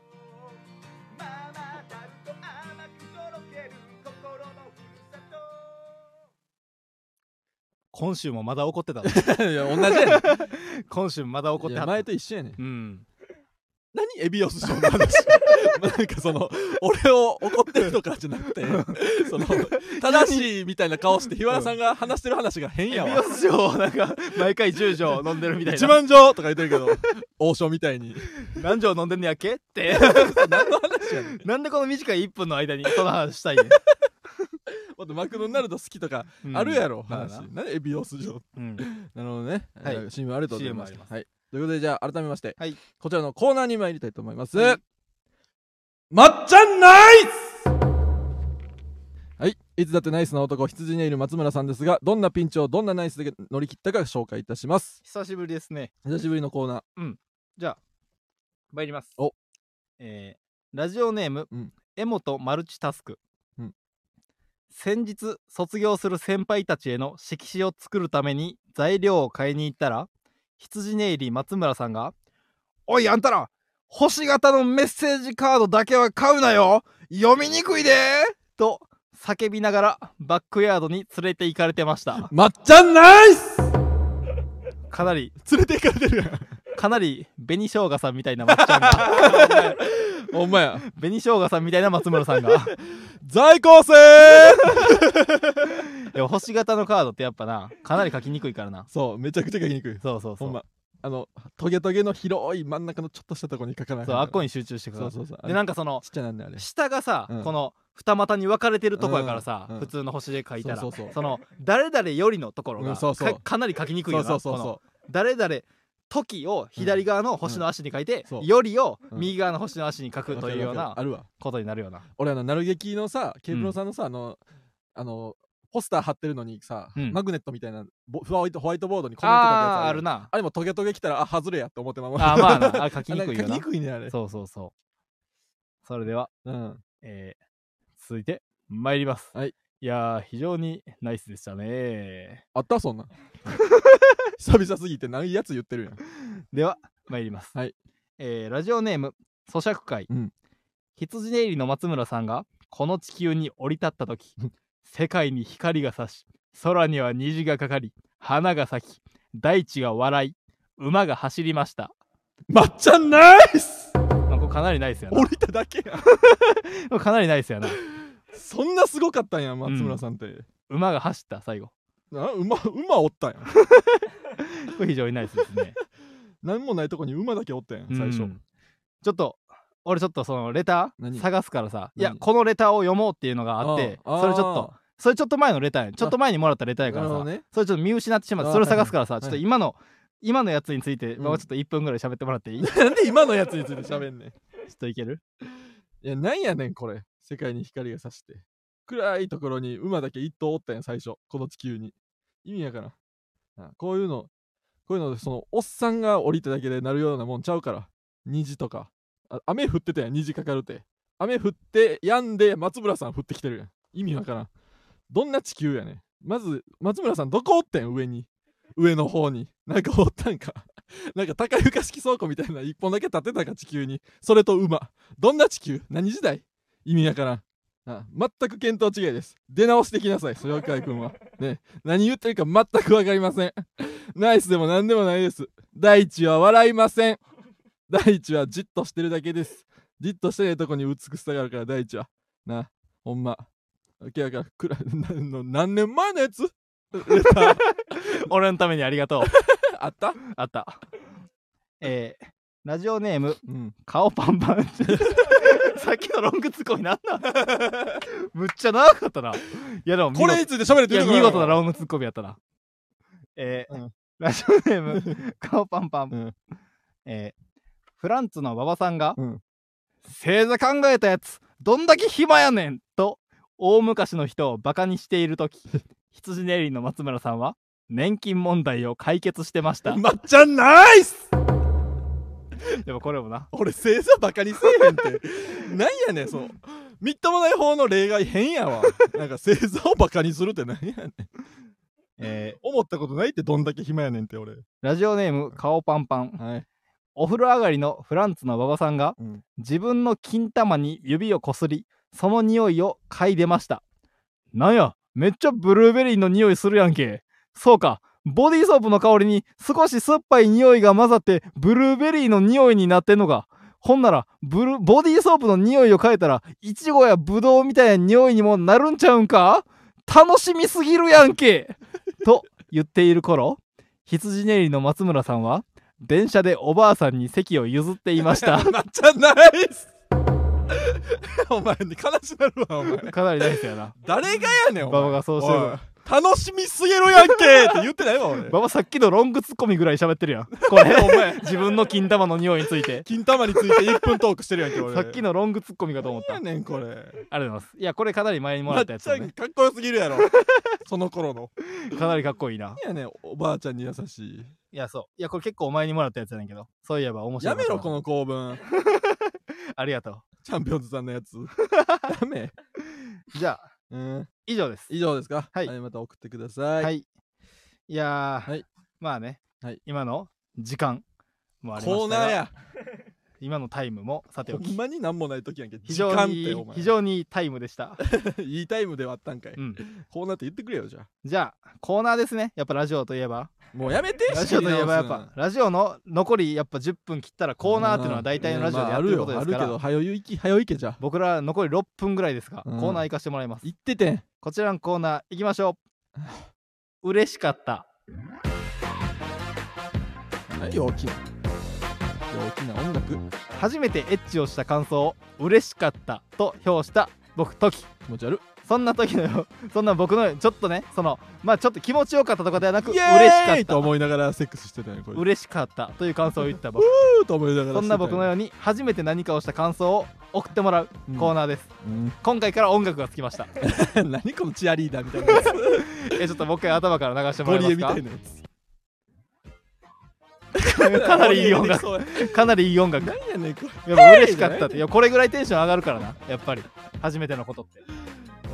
[SPEAKER 1] 今週もまだ怒ってた。
[SPEAKER 2] いや同じやね
[SPEAKER 1] 今週もまだ怒ってた。
[SPEAKER 2] 前と一緒やねん。
[SPEAKER 1] うん
[SPEAKER 2] 何エビオス賞の話なんかその俺を怒ってるとかじゃなくてその正しいみたいな顔して日原さんが話してる話が変やわ。
[SPEAKER 1] エビオス賞をなんか毎回じゅう錠飲んでるみたいな。
[SPEAKER 2] いちまん錠とか言ってるけど王将みたいに
[SPEAKER 1] 何錠飲んでんのやっけって
[SPEAKER 2] 何の話やねん。
[SPEAKER 1] なんでこの短いいっぷんの間にその話したいねん。
[SPEAKER 2] もっとマクドナルド好きとかあるやろ、うん、話。何エビオス錠、うん、なるほどね。はい、シーエム ありがとうございました。はい、ということでじゃあ改めまして、はい、こちらのコーナーに参りたいと思います。はい、まっちゃんナイス。はい、いつだってナイスな男羊にいる松村さんですが、どんなピンチをどんなナイスで乗り切ったか紹介いたします。
[SPEAKER 1] 久しぶりですね。
[SPEAKER 2] 久しぶりのコーナー。
[SPEAKER 1] うん。じゃあ参ります。お、えー、ラジオネーム、うん、エモとマルチタスク。先日卒業する先輩たちへの色紙を作るために材料を買いに行ったら、羊ネイリ松村さんが「おいあんたら星型のメッセージカードだけは買うなよ、読みにくいで!」と叫びながらバックヤードに連れて行かれてました。
[SPEAKER 2] まっちゃんナイス。
[SPEAKER 1] かなり
[SPEAKER 2] 連れて行かれてるやん。
[SPEAKER 1] かなり紅生姜さんみたいなまっちゃんが
[SPEAKER 2] ほんまや
[SPEAKER 1] 紅生姜さんみたいな松村さんが
[SPEAKER 2] 在校生
[SPEAKER 1] でも星型のカードってやっぱなかなり書きにくいからな。
[SPEAKER 2] そうめちゃくちゃ書きにくい。
[SPEAKER 1] そうそうそう、ほんま
[SPEAKER 2] あのトゲトゲの広い真ん中のちょっとしたところに書かない。
[SPEAKER 1] そうあっこに集中してください。そうそうそう。でなんかその
[SPEAKER 2] ちっちゃなんであれ
[SPEAKER 1] 下がさ、うん、この二股に分かれてるとこやからさ、うんうん、普通の星で書いたら、そうそうそう、その誰々よりのところが、うん、そうそう か, かなり書きにくいよな。そうそうそうそう、誰々時を左側の星の足に書いて、うん、よりを右側の星の足に書くというようなことになるような。
[SPEAKER 2] 俺あのなる劇のさケープロさんのさ、うん、あのあのポスター貼ってるのにさ、うん、マグネットみたいなホワイトホワイトボードにコメント書くやつ あ, あるな。あれもトゲトゲ来たらあ外れやって思ってまま
[SPEAKER 1] あまあなあ書きにくいよな。
[SPEAKER 2] 書きにくいねあれ。
[SPEAKER 1] そうそうそう。それでは、うんえー、続いて参ります。はい。いやー非常にナイスでしたね。
[SPEAKER 2] あったそんな久々すぎて何やつ言ってるやん。
[SPEAKER 1] では参ります。
[SPEAKER 2] はい。
[SPEAKER 1] えー、ラジオネーム咀嚼会、うん、羊ネイリの松村さんがこの地球に降り立った時世界に光が差し空には虹がかかり花が咲き大地が笑い馬が走りました。
[SPEAKER 2] まっちゃんナイス。
[SPEAKER 1] これかなりナイスやな。
[SPEAKER 2] 降りただけや
[SPEAKER 1] んかなりナイスやな。
[SPEAKER 2] そんなすごかったんや松村さんって、うん、
[SPEAKER 1] 馬が走った最後。
[SPEAKER 2] あ馬馬おったんやこ
[SPEAKER 1] れ非常にナイスですね。
[SPEAKER 2] 何もないとこに馬だけおったんや最初、うん、
[SPEAKER 1] ちょっと俺ちょっとそのレター探すからさ、いやこのレターを読もうっていうのがあって、それちょっとそれちょっと前のレターやちょっと前にもらったレターやからさ、ね、それちょっと見失ってしまってそれ探すからさ、はい、ちょっと今の今のやつについて、うん、もうちょっといっぷんぐらい喋ってもらっていい？
[SPEAKER 2] なんで今のやつについて喋んねん。ちょ
[SPEAKER 1] っといける？
[SPEAKER 2] いやなんやねんこれ。世界に光が差して暗いところに馬だけ一頭おったんや最初この地球に。意味やから。こういうのこういうのでそのおっさんが降りただけでなるようなもんちゃうから。虹とかあ雨降ってたやん虹かかるって雨降ってやんで松村さん降ってきてるやん。意味わからん。どんな地球やねん。まず松村さんどこおってん上に上の方になんかおったんかなんか高床式倉庫みたいな一本だけ立ってたか地球に。それと馬どんな地球何時代意味やからん。あ全く見当違いです。出直してきなさいそよかいくんはね。何言ってるか全く分かりません。ナイスでも何でもないです。大地は笑いません。大地はじっとしてるだけです。じっとしてないとこに美しさがあるから大地はな。ほんま明らかくら何年前のやつ
[SPEAKER 1] 俺のためにありがとう
[SPEAKER 2] あった
[SPEAKER 1] あったえー、ラジオネーム、うん、顔パンパンさっきのロングツッコミなんだむっちゃ長かったな。いやでも
[SPEAKER 2] これについて喋れてる
[SPEAKER 1] から見事なロングツッコミやったな。えーうん、ラジオネーム顔パンパン、うん、えー、フランツの馬場さんが、うん、星座考えたやつどんだけ暇やねんと大昔の人をバカにしているとき羊ネイリの松村さんは年金問題を解決してました。
[SPEAKER 2] まっちゃんナイス
[SPEAKER 1] でもこれもな
[SPEAKER 2] 俺星座バカにせえへんってなんやねん。そうみっともない方の例外変やわなんか星座をバカにするってなんやねんえー、思ったことないってどんだけ暇やねんって俺。
[SPEAKER 1] ラジオネーム顔パンパン、
[SPEAKER 2] はい、
[SPEAKER 1] お風呂上がりのフランツの馬場さんが、うん、自分の金玉に指をこすりその匂いを嗅いでました。なんやめっちゃブルーベリーの匂いするやんけ。そうかボディーソープの香りに少し酸っぱい匂いが混ざってブルーベリーの匂いになってんのか。ほんならブルボディーソープの匂いを変えたらイチゴやブドウみたいな匂いにもなるんちゃうんか。楽しみすぎるやんけと言っている頃羊ネイリの松村さんは電車でおばあさんに席を譲っていました
[SPEAKER 2] まっちゃんナイスお前に悲しなるわお前。
[SPEAKER 1] かなりナイスやな。
[SPEAKER 2] 誰がやねんお前。
[SPEAKER 1] 馬場がそうしてる。
[SPEAKER 2] 楽しみすぎるやんけって言ってないわ俺。
[SPEAKER 1] 馬場さっきのロングツッコミぐらい喋ってるやんこれお前自分の金玉の匂いについて
[SPEAKER 2] 金玉についていっぷんトークしてるやんけ俺。
[SPEAKER 1] さっきのロングツッコミかと思った。
[SPEAKER 2] 何やねんこれ。あり
[SPEAKER 1] がとうございます。いやこれかなり前にもらったやつ、ね、
[SPEAKER 2] かっこよすぎるやろその頃の
[SPEAKER 1] かなりかっこいいな。
[SPEAKER 2] いやねおばあちゃんに優しい。
[SPEAKER 1] いやそういやこれ結構前にもらったやつやねんけどそういえば面白い。
[SPEAKER 2] やめろこの構文
[SPEAKER 1] ありがとう
[SPEAKER 2] チャンピオンズさんのやつダメ。
[SPEAKER 1] じゃあ、
[SPEAKER 2] うん、
[SPEAKER 1] 以上です。
[SPEAKER 2] 以上ですか。
[SPEAKER 1] はい、
[SPEAKER 2] はい、また送ってください。
[SPEAKER 1] はい。いやー、
[SPEAKER 2] はい、
[SPEAKER 1] まあね、
[SPEAKER 2] はい、
[SPEAKER 1] 今の時間もありましたが
[SPEAKER 2] コーナーや
[SPEAKER 1] 今のタイムもさておき
[SPEAKER 2] ほんまになんもない時やんけ。
[SPEAKER 1] 非常に非常にいいタイムでした
[SPEAKER 2] いいタイムではあったんかい、うん、コーナーって言ってくれよ。じゃあ
[SPEAKER 1] じゃあコーナーですね。やっぱラジオといえば
[SPEAKER 2] もうやめて。
[SPEAKER 1] ラジオといえばやっぱラジオの残りやっぱじゅっぷん切ったらコーナーっていうのは大体のラジオでやってることですから、
[SPEAKER 2] あるけど早いけ早いけ。じゃあ僕
[SPEAKER 1] ら残りろっぷんぐらいですが、うん、コーナー行かしてもらいます。
[SPEAKER 2] 行ってて
[SPEAKER 1] こちらのコーナー行きましょう嬉しかった
[SPEAKER 2] 何大きな大きな音楽。
[SPEAKER 1] 初めてエッチをした感想を嬉しかったと評した僕トキ。
[SPEAKER 2] 気持ち悪い。
[SPEAKER 1] そんな時のそんな僕のちょっとねそのまあちょっと気持ちよかったとかではなく嬉しかった
[SPEAKER 2] と思いながらセックスしてたねこれ。
[SPEAKER 1] 嬉しかったという感想を言った僕
[SPEAKER 2] と思いながら
[SPEAKER 1] そんな僕のように初めて何かをした感想を送ってもらうコーナーです、うんうん、今回から音楽がつきました
[SPEAKER 2] 何このチアリーダーみたいなやつ
[SPEAKER 1] えちょっともう一回頭から流してもらえますか。
[SPEAKER 2] ゴリエみたいなやつ
[SPEAKER 1] かなりいい音楽かなりいい音楽。
[SPEAKER 2] 何やねんこ
[SPEAKER 1] れ。やっぱ嬉しかったって。いやこれぐらいテンション上がるからなやっぱり初めてのことって。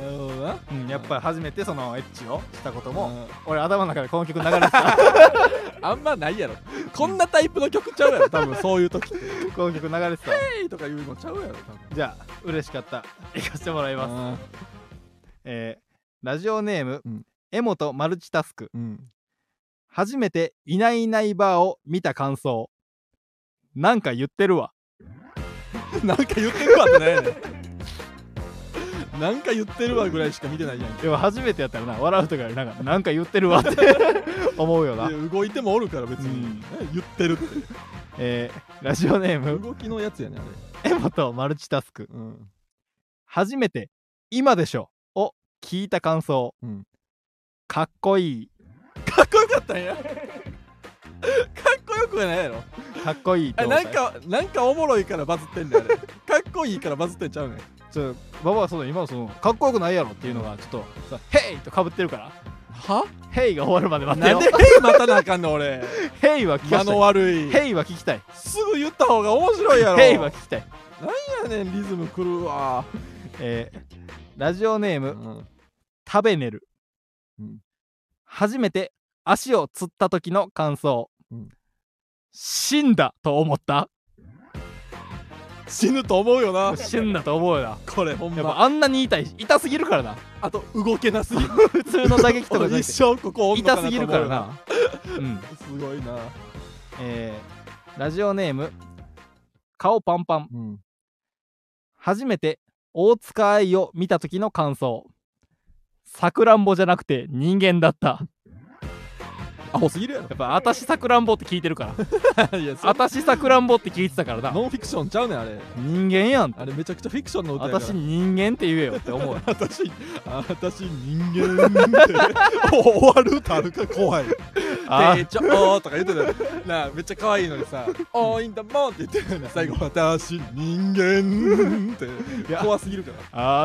[SPEAKER 2] なるほどな、
[SPEAKER 1] うん、やっぱり初めてそのエッチをしたことも、俺頭の中でこの曲流れてた
[SPEAKER 2] あんまないやろこんなタイプの曲ちゃうやろ多分そういう時って
[SPEAKER 1] この曲流れてた
[SPEAKER 2] ヘイとか言うのちゃうやろ多分。
[SPEAKER 1] じゃあ嬉しかった、行かせてもらいます。えー、ラジオネーム、うん、エモとマルチタスク、うん、初めていないいないバーを見た感想、なんか言ってるわ
[SPEAKER 2] なんか言ってるわってないねなんか言ってるわぐらいしか見てないじゃん。
[SPEAKER 1] でも初めてやったらな、笑うとかなんかなんか言ってるわって思うよな。
[SPEAKER 2] 動いてもおるから別に、うん、言ってるって
[SPEAKER 1] えー、ラジオネーム
[SPEAKER 2] 動きのやつやね
[SPEAKER 1] あれエモとマルチタスク、うん、初めて今でしょを聞いた感想、うん、かっこいい。
[SPEAKER 2] かっこよかったんやかっこよくはないやろ。
[SPEAKER 1] かっこいいって
[SPEAKER 2] なんかなんかおもろいからバズってんだよねかっこいいからバズってんちゃうねん。
[SPEAKER 1] ちょババはそうだ、今のそのかっこよくないやろっていうのがちょっとさヘイとかぶってるから。
[SPEAKER 2] は
[SPEAKER 1] ヘイが終わるまで待ってよ。
[SPEAKER 2] なんでヘイ待たなあかんの俺
[SPEAKER 1] ヘイは聞きたい。
[SPEAKER 2] 間の悪い
[SPEAKER 1] ヘイは聞きたい。
[SPEAKER 2] すぐ言った方が面白いやろ。
[SPEAKER 1] ヘイは聞きたい。
[SPEAKER 2] なんやねんリズムくるわ。
[SPEAKER 1] えー、ラジオネーム、うん、食べねる、うん、初めて足をつった時の感想、うん、死んだと思った。
[SPEAKER 2] 死ぬと思うよな。
[SPEAKER 1] 死んだと思うよな。
[SPEAKER 2] これほんま
[SPEAKER 1] やっぱあんなに痛い痛すぎるからな。
[SPEAKER 2] あと動けなすぎる
[SPEAKER 1] 普通の打撃とかじゃなくて
[SPEAKER 2] 一生ここおんのかなと思うよな。
[SPEAKER 1] 痛すぎるからなうん、
[SPEAKER 2] すごいな。
[SPEAKER 1] えー、ラジオネーム顔パンパン、うん、初めて大塚愛を見た時の感想、さくらんぼじゃなくて人間だった。
[SPEAKER 2] アホすぎるやろ。
[SPEAKER 1] やっぱあたしさくらんぼって聞いてるからいやあたしさくらんぼって聞いてたからな。
[SPEAKER 2] ノンフィクションちゃうねんあれ。
[SPEAKER 1] 人間やん。
[SPEAKER 2] あれめちゃくちゃフィクションの歌やから。
[SPEAKER 1] あたし人間って言えよって思う
[SPEAKER 2] あたしあたし人間って終わる歌あるか怖い。でちょとか言ってたよなあ。めっちゃ可愛いのにさおーインダモンって言ってるのに最後あたし人間って怖すぎるから。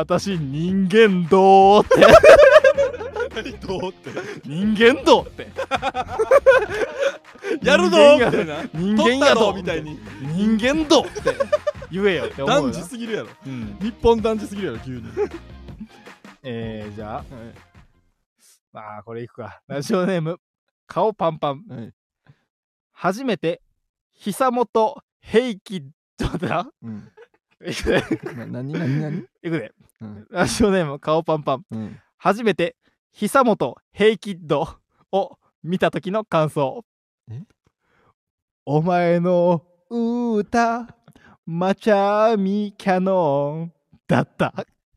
[SPEAKER 1] あたし人間どうって
[SPEAKER 2] 何どうって
[SPEAKER 1] 人間どうって
[SPEAKER 2] やるぞみたいな。
[SPEAKER 1] 人間やど
[SPEAKER 2] みたいに
[SPEAKER 1] 人間どうって言えよって思うよ。
[SPEAKER 2] 男児すぎるやろ、うん、日本男児すぎるやろ急に
[SPEAKER 1] えー、じゃあ、はい、まあこれいくか。ラジオネーム顔パンパン、はい、初めて久本平気ちょっと待ってな、うん、いくで
[SPEAKER 2] 何何何
[SPEAKER 1] いくで、うん、ラジオネーム顔パンパン、うん、初めて久本平気ドを見た時の感想、えお前の歌マチャミキャノンだった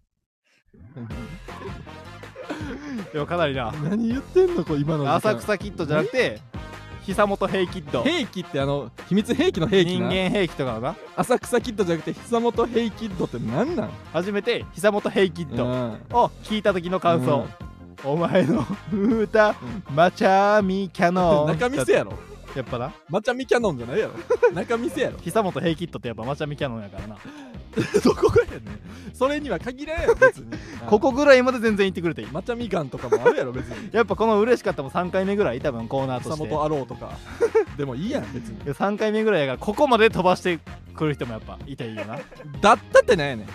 [SPEAKER 1] でもかなりな。
[SPEAKER 2] 何言ってんのこれ今の
[SPEAKER 1] 浅草キッドじゃなくて久本平気ド。
[SPEAKER 2] 兵器ってあの秘密兵器の兵器
[SPEAKER 1] な。人間兵器とかのな。
[SPEAKER 2] 浅草キッドじゃなくて久本平気ドって何なん。
[SPEAKER 1] 初めて久本平気ドを聞いた時の感想、うん、お前の歌、うん、マチャミキャノン
[SPEAKER 2] 中見せやろ
[SPEAKER 1] やっぱな。
[SPEAKER 2] マチャミキャノンじゃないやろ中見せやろ
[SPEAKER 1] 久本平気ドってやっぱマチャミキャノンやからな
[SPEAKER 2] どこがやねん。それには限らんやろ別に
[SPEAKER 1] ここぐらいまで全然言ってくれていい。
[SPEAKER 2] マチャミガンとかもあるやろ別に
[SPEAKER 1] やっぱこの嬉しかったもさんかいめぐらい多分コーナーとして
[SPEAKER 2] 久本アローとかでもいいやん別に
[SPEAKER 1] さんかいめぐらいやからここまで飛ばしてくる人もやっぱいていいよな
[SPEAKER 2] だったってなんやねん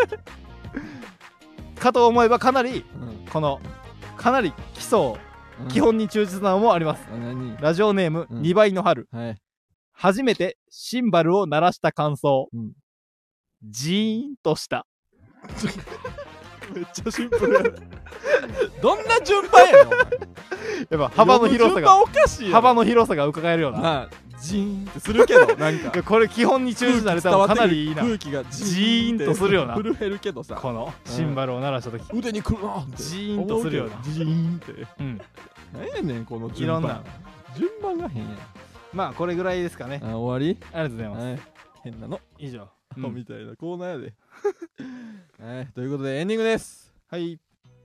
[SPEAKER 1] かと思えばかなり、うん、このかなり基礎、うん、基本に忠実なのもあります。ラジオネーム、うん、にばいの春、はい、初めてシンバルを鳴らした感想、うん、ジーンとした
[SPEAKER 2] めっちゃシンプルやなどんな順番やねん
[SPEAKER 1] やっぱ幅の広さが
[SPEAKER 2] おかしい
[SPEAKER 1] 幅の広さが伺えるような、
[SPEAKER 2] まあ、ジーンってするけどなんか
[SPEAKER 1] これ基本に忠実なネタはかなりいいな。
[SPEAKER 2] 空気が
[SPEAKER 1] ジーンとするような
[SPEAKER 2] 震えるけどさ
[SPEAKER 1] このシンバルを鳴らした時、
[SPEAKER 2] うん、腕にくるなって
[SPEAKER 1] ジーンとするような
[SPEAKER 2] ジーンって、うん、何やねんこの順番。いろんな順番が変や。
[SPEAKER 1] まあこれぐらいですかね。
[SPEAKER 2] あ終わり。
[SPEAKER 1] ありがとうございます、はい、
[SPEAKER 2] 変なの
[SPEAKER 1] 以上、
[SPEAKER 2] うん、みたいなコーナーやではい、ということでエンディングです。
[SPEAKER 1] はい、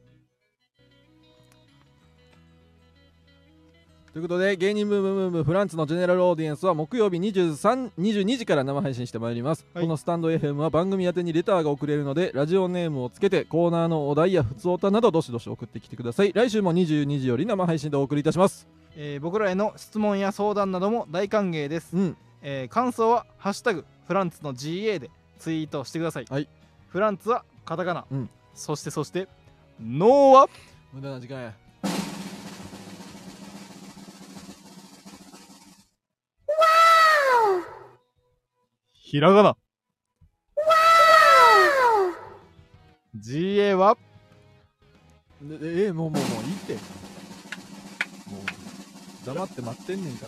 [SPEAKER 2] ということで芸人ブームブームフランツのジェネラルオーディエンスは木曜日にじゅうさん、にじゅうにじから生配信してまいります、はい、このスタンド エフエム は番組宛てにレターが送れるのでラジオネームをつけてコーナーのお題やふつおたなどどしどし送ってきてください。来週もにじゅうにじより生配信でお送りいたします。
[SPEAKER 1] えー、僕らへの質問や相談なども大歓迎です、うんえー、感想はハッシュタグフランツの ジーエー でツイートしてください、はい、フランツはカタカナ、うん、そしてそしてノーは
[SPEAKER 2] 無駄な時間や。
[SPEAKER 1] ひらがな。 ジーエー は
[SPEAKER 2] ええもうもうもういいって。もう黙って待ってんねんから。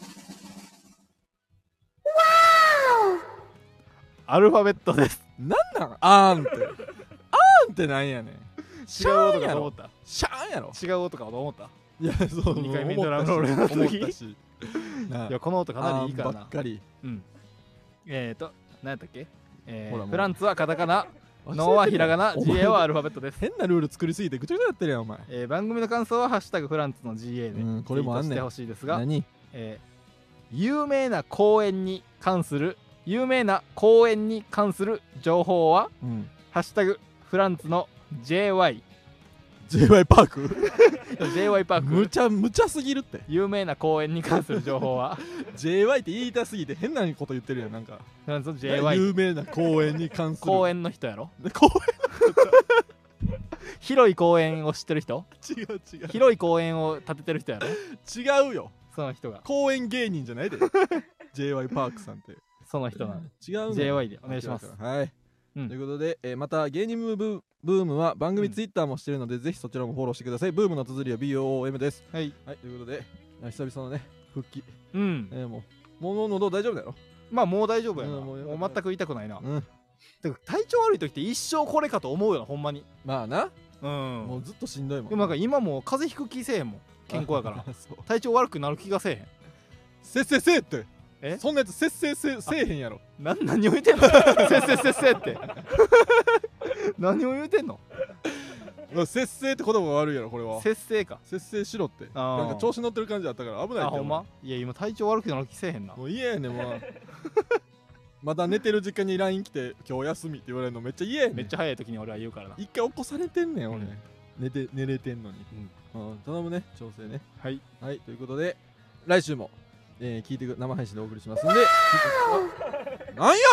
[SPEAKER 1] アルファベットです。
[SPEAKER 2] なんなんあーんって。あーんってなんやねん。
[SPEAKER 1] 違う音かと思った。
[SPEAKER 2] シャーンやろ。
[SPEAKER 1] 違う音かと思った。
[SPEAKER 2] いやそう
[SPEAKER 1] にかいめドラムロールの時
[SPEAKER 2] 思ったし。
[SPEAKER 1] いやこの音かなりいいからな。
[SPEAKER 2] ばっかり。
[SPEAKER 1] うん。えーと何やったっけ？えー、
[SPEAKER 2] ほら
[SPEAKER 1] フランツはカタカナ、ノーはひらがな、ジーエー はアルファベットです。
[SPEAKER 2] 変なルール作りすぎてぐちゃぐちゃなってるやんお前。
[SPEAKER 1] えー、番組の感想はハッシュタグフランツの ジーエー で、
[SPEAKER 2] うん、これもあんねん。
[SPEAKER 1] してほしいですが、
[SPEAKER 2] 何？
[SPEAKER 1] えー、有名な公園に関する有名な公園に関する情報は、うん、ハッシュタグフランツの ジェーワイ
[SPEAKER 2] ジェーワイ パーク
[SPEAKER 1] ジェーワイ パーク
[SPEAKER 2] むちゃむちゃすぎるって。
[SPEAKER 1] 有名な公園に関する情報は
[SPEAKER 2] ジェーワイ って言いたすぎて変なこと言ってるやん。なんか
[SPEAKER 1] フランツの ジェーワイ
[SPEAKER 2] 有名な公園に関する
[SPEAKER 1] 公園の人やろ。
[SPEAKER 2] 公園
[SPEAKER 1] 広い公園を知ってる人？
[SPEAKER 2] 違う違う。
[SPEAKER 1] 広い公園を建ててる人やろ。
[SPEAKER 2] 違うよ。
[SPEAKER 1] その人が
[SPEAKER 2] 公園芸人じゃないでジェーワイ パークさんって
[SPEAKER 1] その人なの。
[SPEAKER 2] 違うの。
[SPEAKER 1] ジェーワイ でお願いします。
[SPEAKER 2] はい、うん、ということで、えー、また芸人ブームブームは番組ツイッターもしてるので、うん、ぜひそちらもフォローしてください。ブームの綴りは ビーオーエム です。はい、はい、ということで久々のね復帰。うん、えー、もうもう喉大丈夫だよ。
[SPEAKER 1] まあもう大丈夫やな、うん、もうもう全く痛くないな、うん、てか体調悪い時って一生これかと思うよなほんまに。
[SPEAKER 2] まあな、
[SPEAKER 1] うん、
[SPEAKER 2] もうずっとしんどいもん。
[SPEAKER 1] でもなんか今もう風邪ひく気せえへんもん。健康やから体調悪くなる気がせえへん。
[SPEAKER 2] せっせっせって
[SPEAKER 1] え
[SPEAKER 2] そんなやつせっせっせせえへんやろ。
[SPEAKER 1] な何を言うてんのせっせっせっせって何を言うてんの。
[SPEAKER 2] 節制って言葉が悪いやろこれは。
[SPEAKER 1] 節制か。
[SPEAKER 2] 節制しろって。なんか調子乗ってる感じだったから危ないって。あ
[SPEAKER 1] ほんま。いや今体調悪くなる気せえへんな。
[SPEAKER 2] もう嫌やねんもうまた寝てる時間に ライン 来て今日休みって言われるのめっちゃ嫌やねん。
[SPEAKER 1] めっちゃ早い時に俺は言うからな。
[SPEAKER 2] 一回起こされてんねん俺、うん、寝て寝れてんのに、うんうん、頼むね調整ね。はいはいということで来週も、えー、聞いてく生配信でお送りしますんでなんや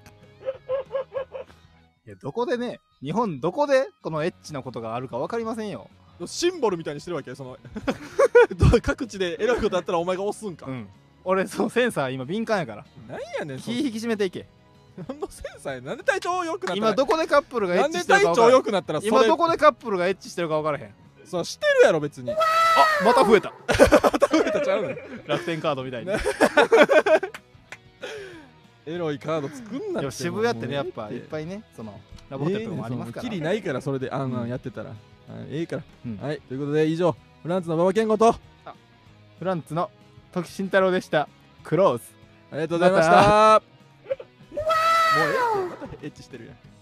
[SPEAKER 1] いやどこでね日本どこでこのエッチなことがあるか分かりませんよ。
[SPEAKER 2] シンボルみたいにしてるわけその各地でエロいことあったらお前が押すんか、うん、
[SPEAKER 1] 俺そのセンサー今敏感やから。
[SPEAKER 2] なんやねん
[SPEAKER 1] 気引き締めていけ。
[SPEAKER 2] 何のセンサーやなんで体調良くなったら
[SPEAKER 1] 今どこでカップルがエッチしてるか分からへん。
[SPEAKER 2] なんで体調良くなったらそれ
[SPEAKER 1] 今どこでカップルがエッチしてるか分からへん。
[SPEAKER 2] そうしてるやろ別に。あ
[SPEAKER 1] また増えた
[SPEAKER 2] また増えたちゃうの
[SPEAKER 1] 楽天カードみたいに
[SPEAKER 2] エロいカード作んなって。
[SPEAKER 1] 渋谷ってねやっぱいっぱいねそのラボホテルとかもありますから。
[SPEAKER 2] キリないからそれであんなんやってたらええから。はいということで以上フランツの馬場健吾と
[SPEAKER 1] フランツの時慎太郎でした。クローズ。
[SPEAKER 2] ありがとうございました。もうええってまたエッチしてるやん。